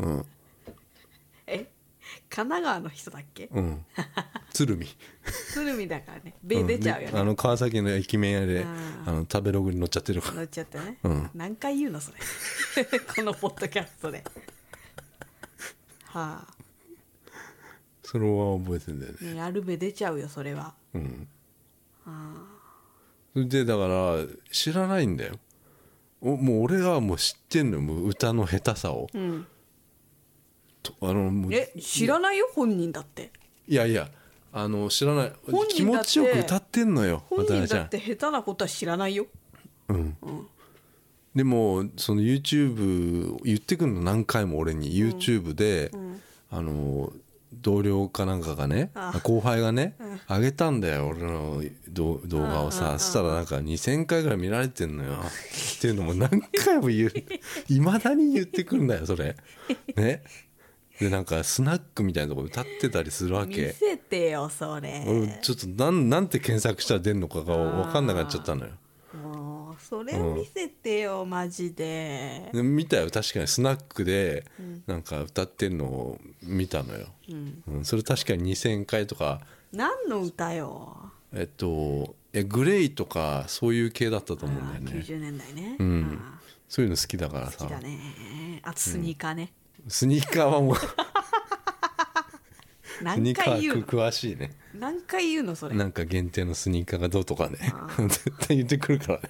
神奈川の人だっけ。 鶴見だからね出ちゃうよね、 川崎の駅弁屋で食べログに乗っちゃってるから。 乗っちゃってね、何回言うのそれこのポッドキャストで。 それは覚えてんだよね。 やるべ出ちゃうよそれは。 でだから知らないんだよ。もう俺はもう知ってんのよ、もう歌の下手さを。 知らないよ本人だって。 いや知らない。気持ちよく歌ってんのよ。 本人だって下手なことは知らないよ。 でもその YouTube 言ってくるの何回も俺に YouTube で、同僚かなんかがね後輩がね、上げたんだよ俺の動画をさ。そしたらなんか2000回ぐらい見られてんのよっていうのも何回もいまだに言ってくるんだよそれね。でなんかスナックみたいなとこ歌ってたりするわけ。 見せてよそれ。 俺ちょっとなんて検索したら出るのかが分かんなくなっちゃったのよ。 もうそれを見せてよ、マジで。 見たよ確かにスナックでなんか歌ってんのを見たのよ、それ確かに2000回とか。 何の歌よ。 グレイとかそういう系だったと思うんだよね。 90年代ね、 そういうの好きだからさ。 好きだね。あとスニーカーね、 スニーカーはもう何回言うの。 詳しいね。 何回言うのそれ。 なんか限定のスニーカーがどうとかね絶対言ってくるからね。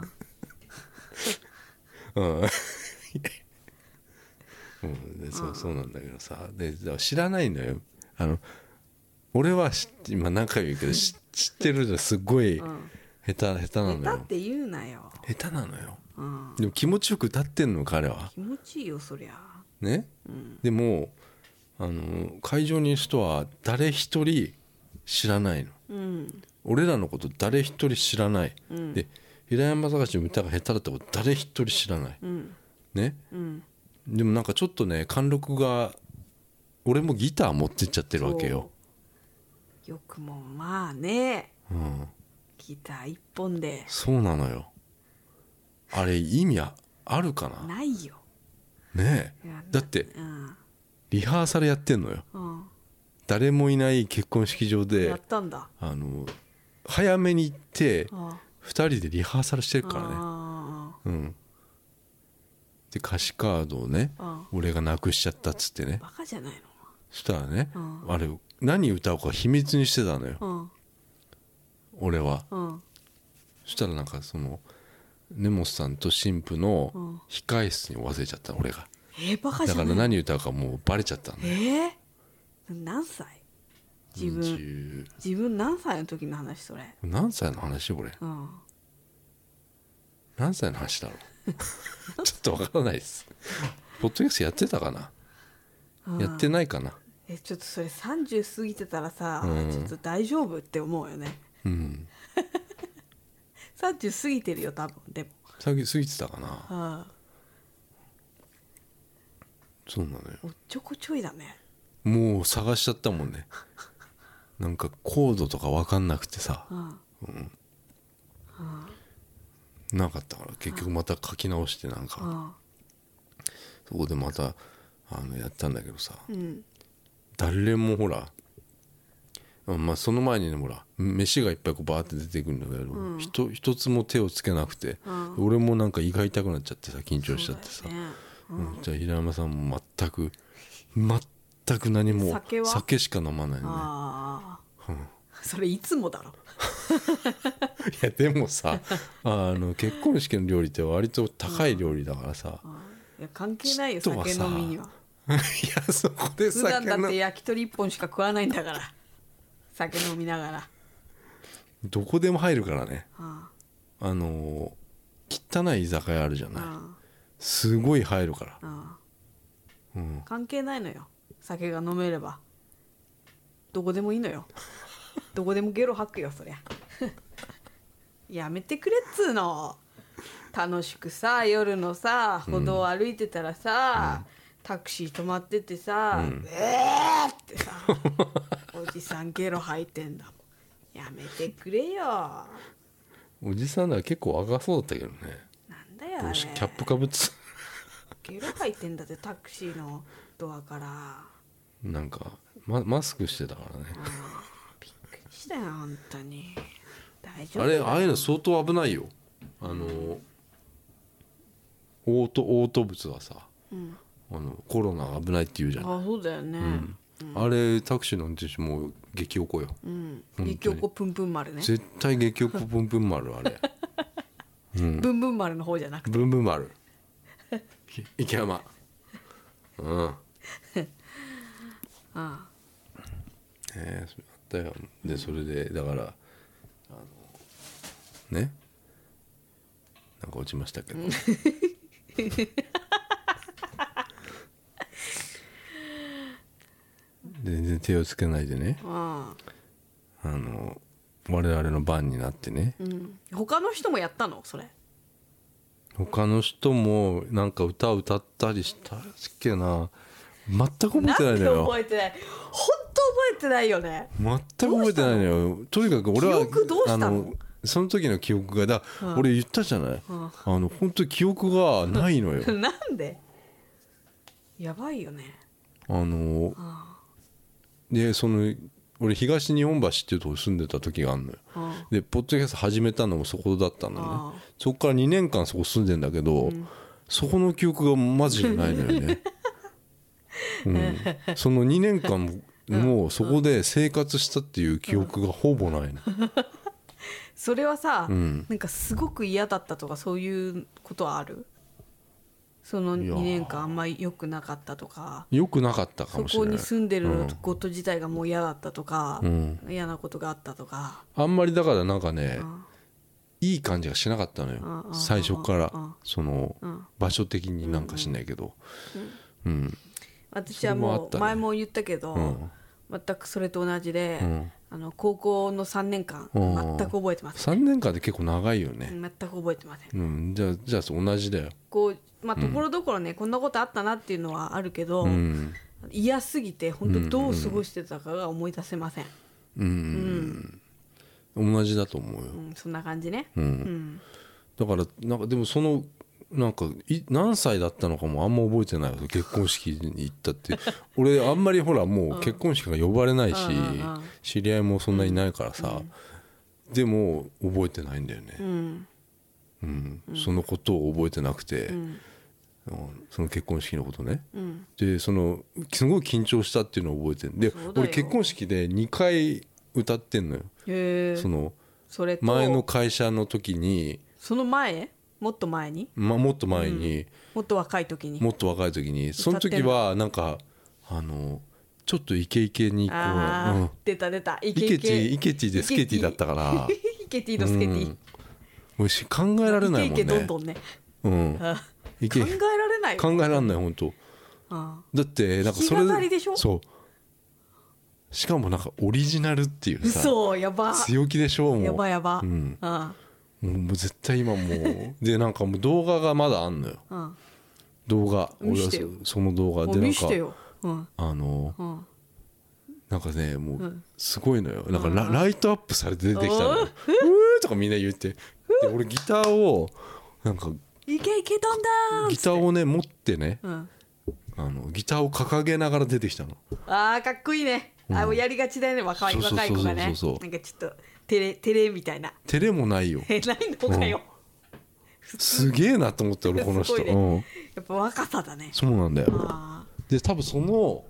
そうなんだけどさ。で知らないのよ。俺は今何回も言うけど知ってるじゃん。すごい下手なのよ。 下手って言うなよ。 下手なのよ、でも気持ちよく歌ってんの彼は。 気持ちいいよそりゃね、でも会場にいる人は誰一人知らないの、俺らのこと誰一人知らない、で平山隆の歌が下手だったこと誰一人知らない、ね、でもなんかちょっとね貫禄が俺もギター持ってっちゃってるわけよ。 よくもまあね、 うん、 ギター一本で。 そうなのよ。あれ意味あるかな。 ないよねえ。だって、 うん、 リハーサルやってんのよ、 うん、 誰もいない結婚式場で。 やったんだ。 早めに行って 2 人でリハーサルしてるからね。うん、で歌詞カードをね、俺がなくしちゃったっつってね。 バカじゃないの。 そしたらね、あれ何歌うか秘密にしてたのよ、俺は。そしたらなんかその根本さんと新婦の控え室に忘れちゃったの俺が。 バカじゃない。 だから何歌うかもうバレちゃったの。 何歳？自分何歳の時の話それ。 何歳の話これ、何歳の話だろうちょっとわからないです。ポッドキャストやってたかな、やってないかな。 ちょっとそれ30過ぎてたらさ、ちょっと大丈夫って思うよね。30過ぎてるよ多分。でも過ぎてたかな。そうなのよ。 おっちょこちょいだね。 もう探しちゃったもんねなんかコードとか分かんなくてさ、なかったから結局また書き直してなんか、そこでまたやったんだけどさ、誰もほら、まあその前にねほら飯がいっぱいこうバーって出てくるんだけど、一つも手をつけなくて、俺もなんか胃が痛くなっちゃってさ、緊張しちゃってさ、じゃあ平山さんも全く何も酒しか飲まないのね。 それいつもだろいやでもさ結婚式の料理って割と高い料理だからさ、 いや関係ないよ酒飲みには。 いやそこで普段だって焼き鳥1本しか食わないんだから酒飲みながらどこでも入るからね。汚い居酒屋あるじゃない、すごい入るから、 関係ないのよ。酒が飲めればどこでもいいのよどこでもゲロ吐くよそりゃやめてくれっつうの。楽しくさ夜のさ歩道を歩いてたらさ、タクシー止まっててさ、ってさおじさんゲロ吐いてんだもん。やめてくれよ。 おじさんなら結構若そうだったけどね。 なんだよあれ。 キャップかぶってゲロ吐いてんだってタクシーのドアから。 なんかマスクしてたからね。 びっくりしたよ本当に。大丈夫？ ああいうの相当危ないよ。嘔吐物はさ、コロナ危ないって言うじゃん。 そうだよね、 あれタクシーの運転手も激おこよ、 激おこプンプン丸ね。 絶対激おこプンプン丸あれブンブン丸の方じゃなくてブンブン丸池山そうあったよ。でそれでだからねなんか落ちましたけど全然手をつけないでね、我々の番になってね、 他の人もやったのそれ。 他の人もなんか歌を歌ったりしたっけな。全く覚えてないのよ。 なんで覚えてない。本当覚えてないよね。 全く覚えてないのよ。とにかく俺は記憶どうしたの？ その時の記憶が俺言ったじゃない、本当に記憶がないのよなんで？やばいよね。 で俺東日本橋っていうとこ住んでた時があるのよ、でポッドキャスト始めたのもそこだったのね。そこから2年間そこ住んでんだけど、そこの記憶がマジじゃないのよねその2年間もそこで生活したっていう記憶がほぼないのそれはさ、なんかすごく嫌だったとかそういうことはある？その2年間あんまり良くなかったとか。 良くなかったかもしれない。 そこに住んでること自体がもう嫌だったとか、嫌なことがあったとか。 あんまりだからなんかね、いい感じがしなかったのよ最初から。その場所的になんかしないけど、 私はもう前も言ったけど、全くそれと同じで、高校の3年間全く覚えてません。 3年間で結構長いよね。 全く覚えてません、 じゃあ同じだよ。 こうところどころね、こんなことあったなっていうのはあるけど、 嫌すぎて本当どう過ごしてたかが思い出せません。 同じだと思うよ、 そんな感じね。 だからなんかでもそのなんか何歳だったのかもあんま覚えてないよ、結婚式に行ったって俺あんまりほらもう結婚式が呼ばれないし、知り合いもそんなにいないからさ、でも覚えてないんだよね、そのことを覚えてなくて、その結婚式のことね、でそのすごい緊張したっていうのを覚えてる。で俺結婚式で2回歌ってんのよ。その前の会社の時に、 その前もっと前に、 もっと前に、 もっと若い時に、 その時はなんかちょっとイケイケにこう、 出たイケイケティでスケティだったからイケティのスケティ、 おいし考えられないもんね。 イケイケどんどんね、考えられないよ、 考えられない本当。だってなんかそれ弾き語りでしょ。 そう、しかもなんかオリジナルっていうさ、 嘘、やば、 強気でしょ、もうやば、 もう絶対今もうでなんかもう動画がまだあんのよ、動画、俺はその動画でなんかなんかねもうすごいのよ、なんかライトアップされて出てきたのよ、うーとかみんな言って、で俺ギターをなんかイケイケどんだーギターをね持ってね、ギターを掲げながら出てきたの。 かっこいいね。やりがちだよね、若い子がね、なんかちょっと照れみたいな。 照れもないよ。 ないのかよ、 すげえなと思って俺この人、 やっぱ若さだね。 そうなんだよ。で多分その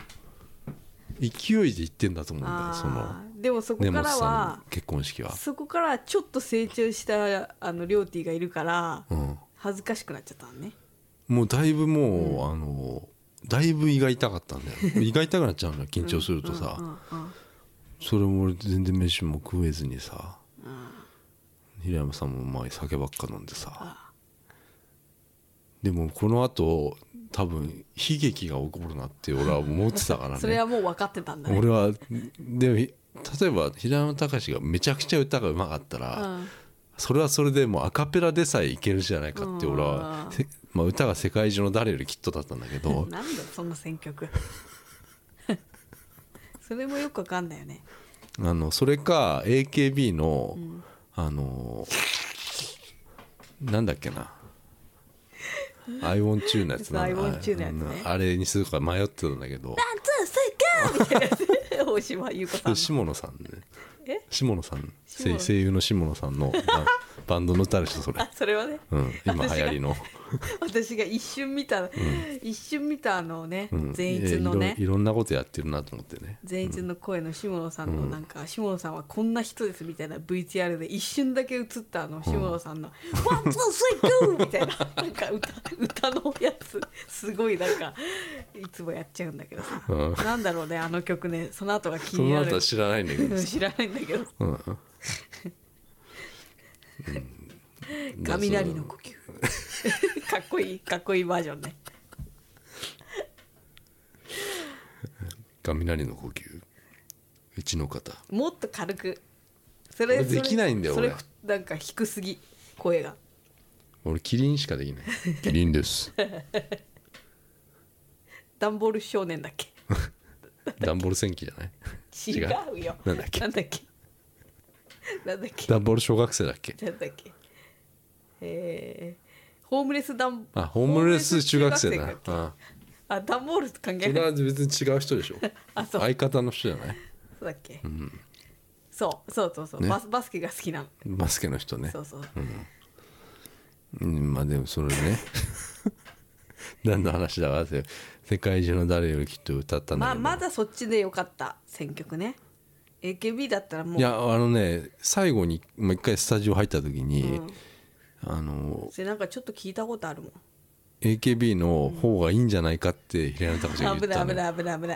勢いで言ってんだと思うんだよ、その。 でもそこからは結婚式はそこからちょっと成長したりょうてぃがいるから恥ずかしくなっちゃったのね。 もうだいぶもうだいぶ胃が痛かったんだよ。胃が痛くなっちゃうのよ緊張するとさ。それも俺全然飯も食えずにさ、平山さんもまあ酒ばっか飲んでさ、でもこのあと多分悲劇が起こるなって俺は思ってたからね。 それはもう分かってたんだね。 俺はでも例えば平山隆がめちゃくちゃ歌がうまかったら、それはそれでもうアカペラでさえいけるじゃないかって俺は、まあ、歌が世界中の誰よりきっとだったんだけどなんだそんな選曲それもよく分かんないよね。 それか AKB の、なんだっけなI want you のやつな、 I want you のやつね、 あれにするか迷ってたんだけど、 なんつうみたいなやつ大島優子さんの下野さんね、下野さん声優の下野さんのバンドの歌でしょそれ。 それはね、 今流行りの私が一瞬見たね、善逸のね、 いろんなことやってるなと思ってね、 善逸の声の下野さんのなんか、下野さんはこんな人ですみたいな VTR で一瞬だけ映った下野さんのワンツースリーゴーみたいななんか歌のやつすごいなんかいつもやっちゃうんだけどさ、なんだろうねあの曲ね、その後が気になる。 その後は知らないんだけど知らないんだけど、雷の呼吸かっこいいバージョンね。 雷の呼吸、うちの方もっと軽く、それできないんだよそれなんか低すぎ声が。 俺キリンしかできないキリンですダンボール少年だっけダンボール戦記じゃない違うよ。 なんだっけダンボール小学生だっけ、 なんだっけ、ホームレスホームレス中学生だな。 ダンボールと関係それはない。 別に違う人でしょそう相方の人じゃない。 そうだっけ、そう、ね、バスケが好きなの。 バスケの人ね。 そう、 まあでもそれね何の話だかって世界中の誰よりきっと歌ったんだけど、 まだそっちでよかった選曲ね。 AKB だったらもう、 いや最後にもう一回スタジオ入った時に、 それなんかちょっと聞いたことあるもん。 AKB の方がいいんじゃないかって平山隆が言ったの。 危ない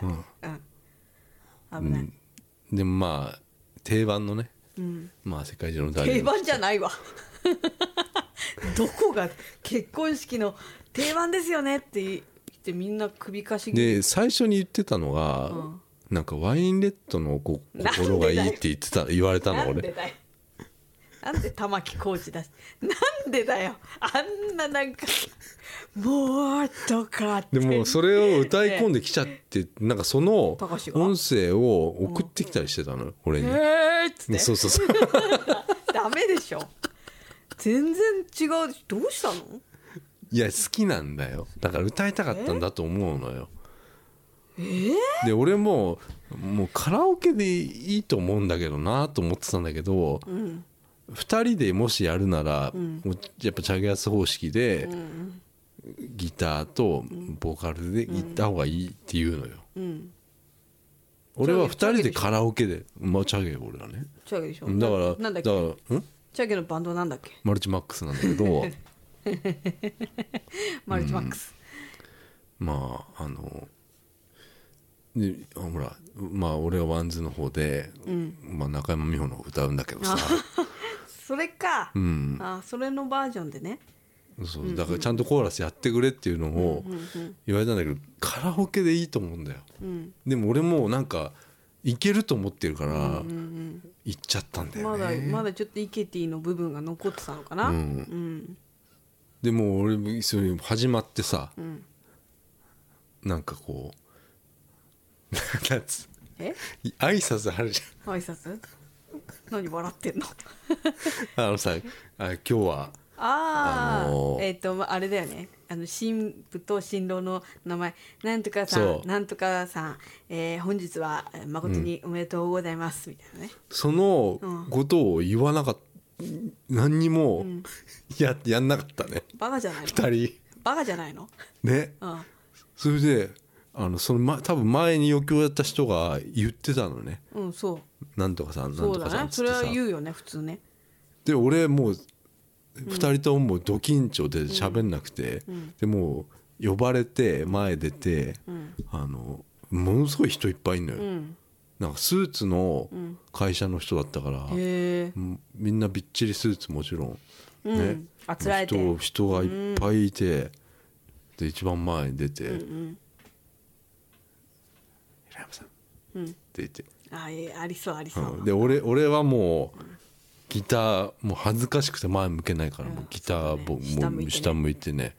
危ない、 でもまあ定番のね、まあ世界中の誰より定番じゃないわどこが結婚式の定番ですよねって言ってみんな首かしげで最初に言ってたのが、なんかワインレッドの心がいいって言われたの俺。 なんで玉置浩二だし、なんでだよ、あんななんかもうとかって。 でもそれを歌い込んできちゃって、なんかその音声を送ってきたりしてたの、俺に。 っつって。 そうそうそうダメでしょ、全然違う。どうしたの？ いや好きなんだよ、だから歌いたかったんだと思うのよ。で俺もうカラオケでいいと思うんだけどなと思ってたんだけど、うん、2人でもしやるなら、うん、やっぱチャゲアス方式で、うん、ギターとボーカルで行った方がいいっていうのよ、うん、俺は2人でカラオケで、まあ、チャゲ俺はね、 チャゲでしょ。 だからなんだっけ、チャゲのバンドなんだっけ、 マルチマックスなんだけどマルチマックス、 うん、まあでほら、まあ俺はワンズの方で、うん、まあ、中山美穂の方歌うんだけどさそれか、うん、それのバージョンでね。 そうだからちゃんとコーラスやってくれっていうのを言われたんだけど、カラオケでいいと思うんだよ、うん、でも俺もなんかいけると思ってるから行っちゃったんだよね。 まだちょっとイケティの部分が残ってたのかな、うんうん、 でも俺もそれ始まってさ、うん、なんかこう挨拶あるじゃん。 挨拶？何笑ってんの？ さ今日はあれだよね。新婦と新郎の名前なんとかさんなんとかさん、本日は誠におめでとうございます、みたいなね。 そのことを言わなかった、何にも、やんなかったね。 バカじゃないの 2人。 バカじゃないのね、それでその多分前に余興やった人が言ってたのね、うん、そうなんとかさんなんとかさんっつってさ、 そうだね、それは言うよね普通ね。で俺もう2人ともド緊張で喋んなくて、でもう呼ばれて前出て、ものすごい人いっぱいいんのよ、なんかスーツの会社の人だったから、みんなびっちりスーツもちろん、ね、 あつらえて人がいっぱいいて、で一番前に出て、平山さん、って言って、 ありそうありそう、 で俺はもうギターもう恥ずかしくて前向けないから、もうギターもう下向いてね、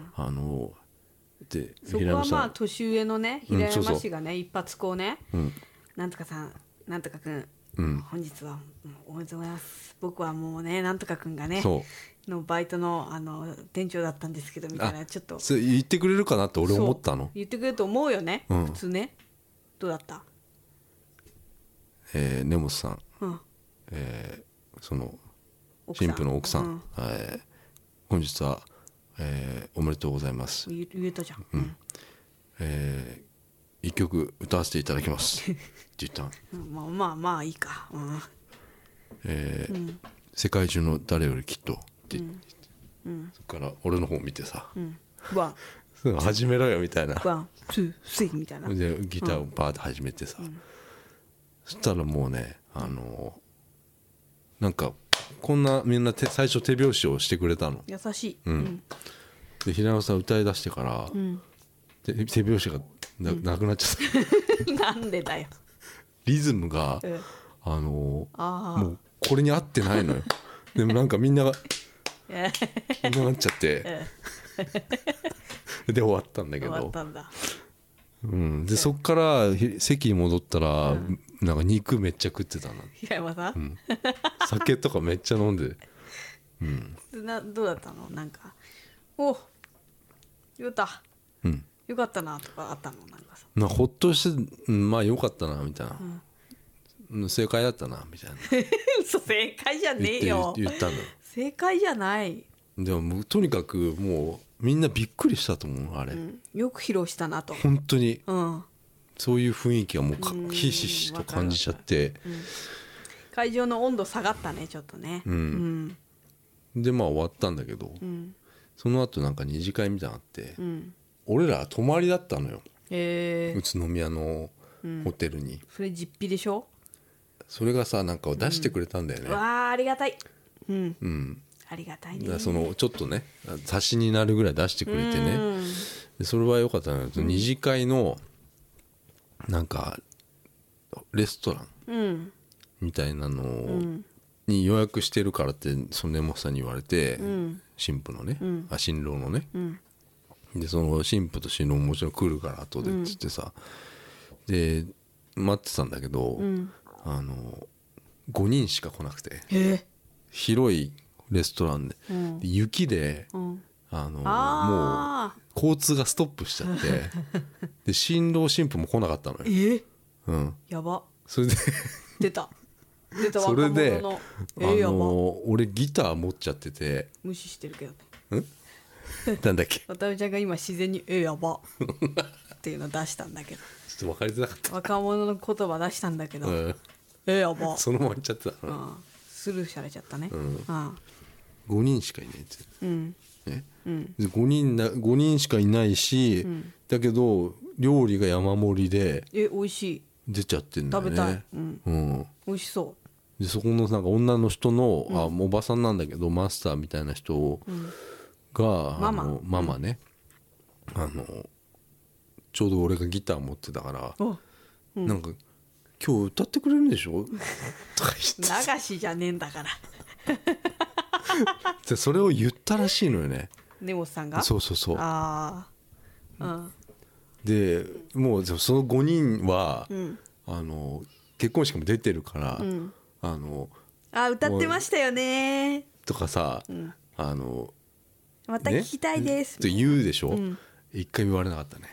でそこはまあ年上のね平山氏がね、一発こうね、なんとかさんなんとかくん、本日はおめでとうございます、僕はもうねなんとかくんがねのバイトの店長だったんですけどみたいな、ちょっとそれ言ってくれるかなって俺思ったの。 言ってくれると思うよね、普通ね。どうだった？ 根本さん、その新婦の奥さん、本日は、おめでとうございます。 言えたじゃん。 一曲歌わせていただきますって言ったの。まあいいか。 世界中の誰よりきっとって言って、そっから俺の方見てさ、始めろよみたいな。 ワン、ツー、スリーみたいな。 でギターをバーって始めてさ、そしたらもうねなんかこんなみんな最初手拍子をしてくれたの。 優しい、 で平山さん歌い出してから、手拍子がなくなっちゃったなんでだよ。 リズムが、もうこれに合ってないのよ。でもなんかみんながなっちゃってで終わったんだけど、終わったんだ。でそっから席に戻ったら、なんか肉めっちゃ食ってたな。 平山さん、 酒とかめっちゃ飲んで、 どうだったの？なんかおよかった、よかったなとかあったの？なんかさ、 ほっとして、まあよかったなみたいな、正解だったなみたいな嘘、正解じゃねえよ。 言ったの。 正解じゃない。 でもとにかくもうみんなびっくりしたと思うあれ、 よく披露したなと本当に、そういう雰囲気がもうひしひしと感じちゃって、 会場の温度下がったねちょっとね、 でまあ終わったんだけど、その後なんか二次会みたいなのあって、俺ら泊まりだったのよ、宇都宮のホテルに、 それ実費でしょ。 それがさなんか出してくれたんだよね、 わあありがたい、ありがたいね。 そのちょっとね差しになるぐらい出してくれてね、でそれは良かったんだけど、二次会のなんかレストランみたいなのに予約してるからってその根本さんに言われて、 ん新婦のね、 ん新郎のね、 んでその新婦と新郎ももちろん来るから後でっつってさ、で待ってたんだけど、 ん 5人しか来なくて、広いレストランで、で雪で、もう交通がストップしちゃってで新郎新婦も来なかったのよ。 やば。 それで出たそれで若者のやば。 俺ギター持っちゃってて無視してるけどね。 なんだっけ渡辺ちゃんが今自然にやばっていうの出したんだけど、 ちょっと分かりづらかった。 若者の言葉出したんだけど、やばそのまま言っちゃってた、 スルーされちゃったね。 5人しかいないって、ねうん、 5人しかいないし、だけど料理が山盛りで美味しい。 出ちゃってんだよね。 食べたい。美味しそでそこのなんか女の人の、おばさんなんだけどマスターみたいな人が、ママね、ちょうど俺がギター持ってたから、なんか今日歌ってくれるんでしょとか言って流しじゃねえんだからでそれを言ったらしいのよね、 根本さんが。 そうそうそう。 ああ、 でもうその5人は、結婚式も出てるから、 歌ってましたよねとかさ、 また聞きたいです、 って言うでしょ、一回言われなかったね。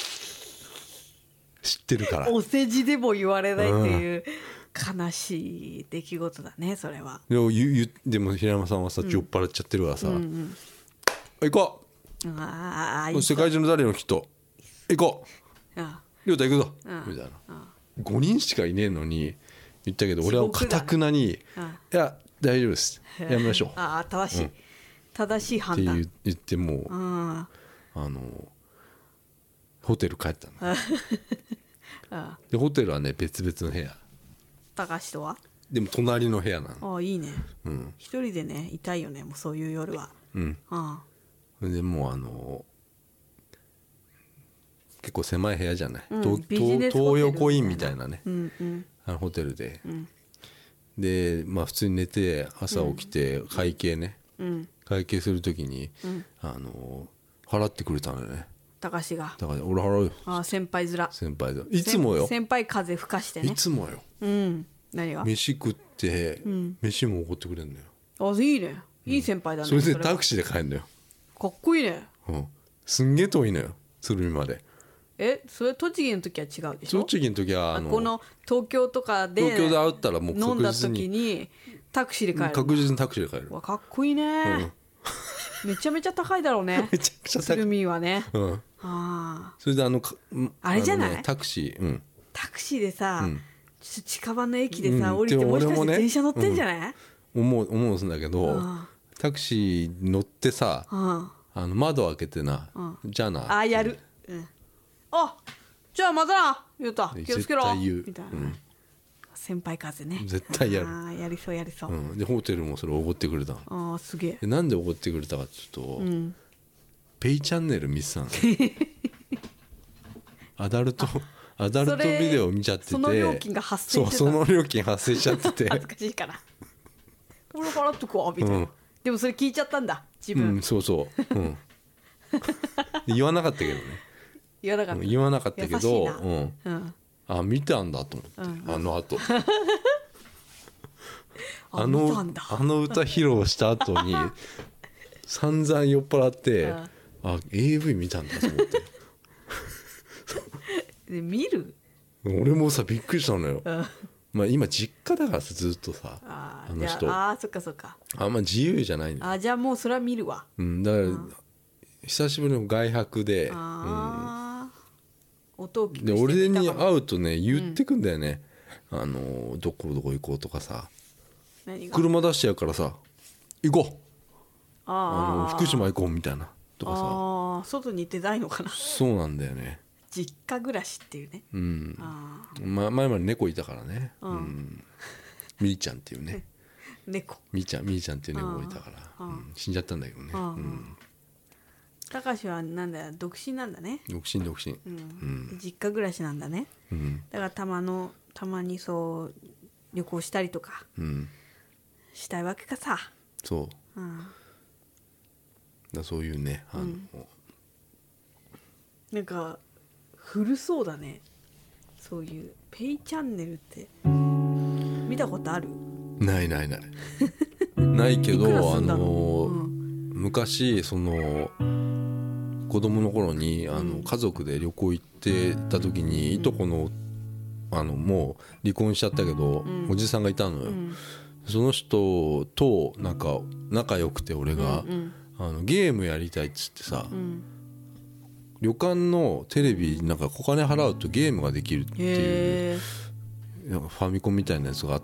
知ってるからお世辞でも言われないっていう、悲しい出来事だねそれは。 でも平山さんはさ、酔っ払っちゃってるからさ、行こう世界中の誰の人行こう亮太行くぞみたいな。5人しかいねえのに言ったけど、俺はかたくなに、いや大丈夫ですやめましょう正しい判断って言ってもうホテル帰ったのでホテルはね別々の部屋、 高橋とはでも隣の部屋なの。 いいね、一人でねいたいよね、もうそういう夜は。 でもう結構狭い部屋じゃない、東横インみたいなね、ホテルで、でまあ普通に寝て朝起きて会計ね、会計するときに、払ってくれたのよね、 高橋が。 だから俺払うよ。 先輩面。 先輩だいつもよ。 先輩風吹かしてね。 いつもよ。 何が？ 飯食って、飯もおごってくれるのよ。 いいね、いい先輩だね。 それでタクシーで帰るのよ。 かっこいいね。 すんげえ遠いのよ鶴見まで。 それ栃木の時は違うでしょ。 栃木の時はこの東京とかで東京で会ったらもう飲んだ時にタクシーで帰る。 確実にタクシーで帰る。 かっこいいね、めちゃめちゃ高いだろうねめちゃくちゃ高い。 鶴見はね。 それであれじゃない、 タクシー、 タクシーでさ、近場の駅でさ、降りてもしかして電車乗ってんじゃない？ 思うんだけど、タクシー乗ってさ、窓開けてな、じゃあなやる、じゃあまたな言うた、気をつけろ絶対言うみたいな、先輩風ね。 絶対やる。 やりそうやりそう、 でホテルもそれおごってくれたの。 すげえ。 でなんでおごってくれたかっていうと、ペイチャンネル見てたのアダルトビデオ見ちゃってて、 その料金が発生してた。 その料金発生しちゃってて恥ずかしいから俺払っとくわみたいな、でもそれ聞いちゃったんだ自分、 そうそう、言わなかったけどね。 言わなかったけど、見たんだと思って、あの後あの歌披露した後に散々酔っ払ってAV 見たんだと思ってで見る？ 俺もさびっくりしたのよ、まあ今実家だからさずっとさの人そっかそっか、 あんま自由じゃないの。 じゃあもうそれは見るわ。 だから久しぶりの外泊で、 音を聞くで俺に会うとね言ってくんだよね、どこ行こうとかさ、車出しちゃうからさ行こう、福島行こうみたいなとかさ。 外に出たいのかな。 そうなんだよね、 実家暮らしっていうね。 前まで猫いたからね、みーちゃんっていうね猫みーちゃんっていう猫がいたから、死んじゃったんだけどね。 高橋はなんだ独身なんだね。 独身、 実家暮らしなんだね、だからたまにそう旅行したりとか、 したいわけかさ。 そう、だそういうね、 なんか古そうだね。そういうペイチャンネルって見たことある？ ないないけど昔その子供の頃に家族で旅行行ってた時に、いとこのもう離婚しちゃったけど、おじさんがいたのよ、その人となんか仲良くて、俺が、ゲームやりたいっつってさ、旅館のテレビなんかお金払うとゲームができるっていうなんかファミコンみたいなやつがあって、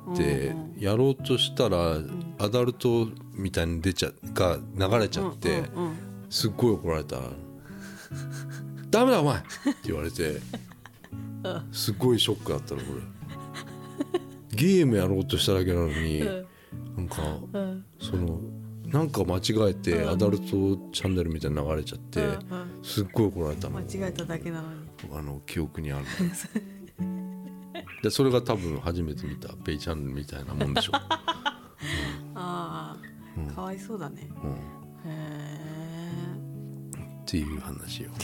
やろうとしたらアダルトみたいにが流れちゃって、すっごい怒られた。ダメだお前って言われて、すごいショックだったのこれ。ゲームやろうとしただけなのに、なんかそのなんか間違えてアダルトチャンネルみたいに流れちゃって、すっごい怒られたの。 間違えただけなのに記憶にあるでそれが多分初めて見たペイチャンネルみたいなもんでしょ。 ああ、かわいそうだね。へえっていう話よ。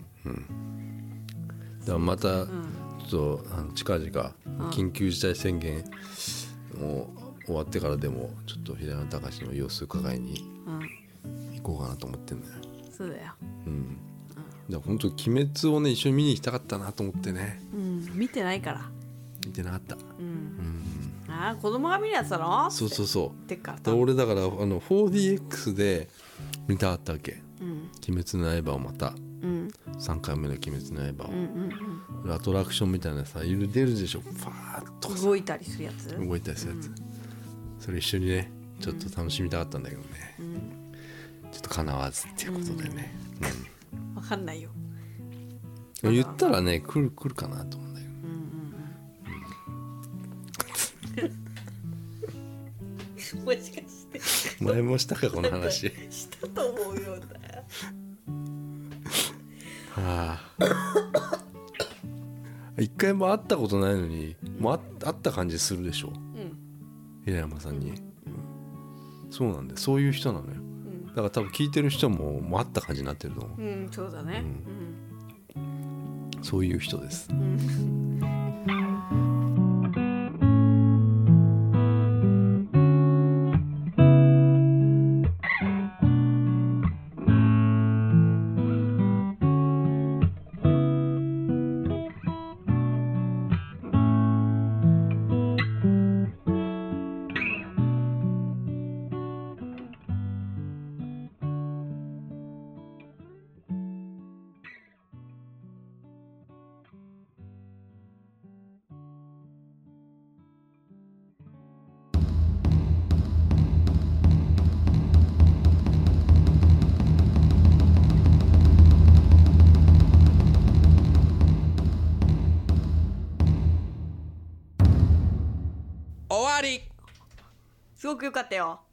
だからまたちょっと近々緊急事態宣言も終わってからでもちょっと平野隆の様子伺いに行こうかなと思ってんだよ。 そうだよ。 だから本当鬼滅をね一緒に見に行きたかったなと思ってね。 見てないから。 見てなかった。 ああ、子供が見るやつだろ。 そうてか俺だから 4DX で見たかったわけ。鬼滅の刃をまた3回目の鬼滅の刃を、アトラクションみたいなさ出るでしょ、ファーッと動いたりするやつ、 それ一緒にねちょっと楽しみたかったんだけどね、ちょっと叶わずっていうことでね、 分かんないよ。 言ったらね来るかなと思うんだけど、 もしかして前もしたかこの話したと思うようだ。 一回も会ったことないのにもう会った感じするでしょ、平山さんに、そうなんで、そういう人なのよ、だから多分聞いてる人ももう会った感じになってると思う。 そうだね、 そういう人です、 すごく良かったよ。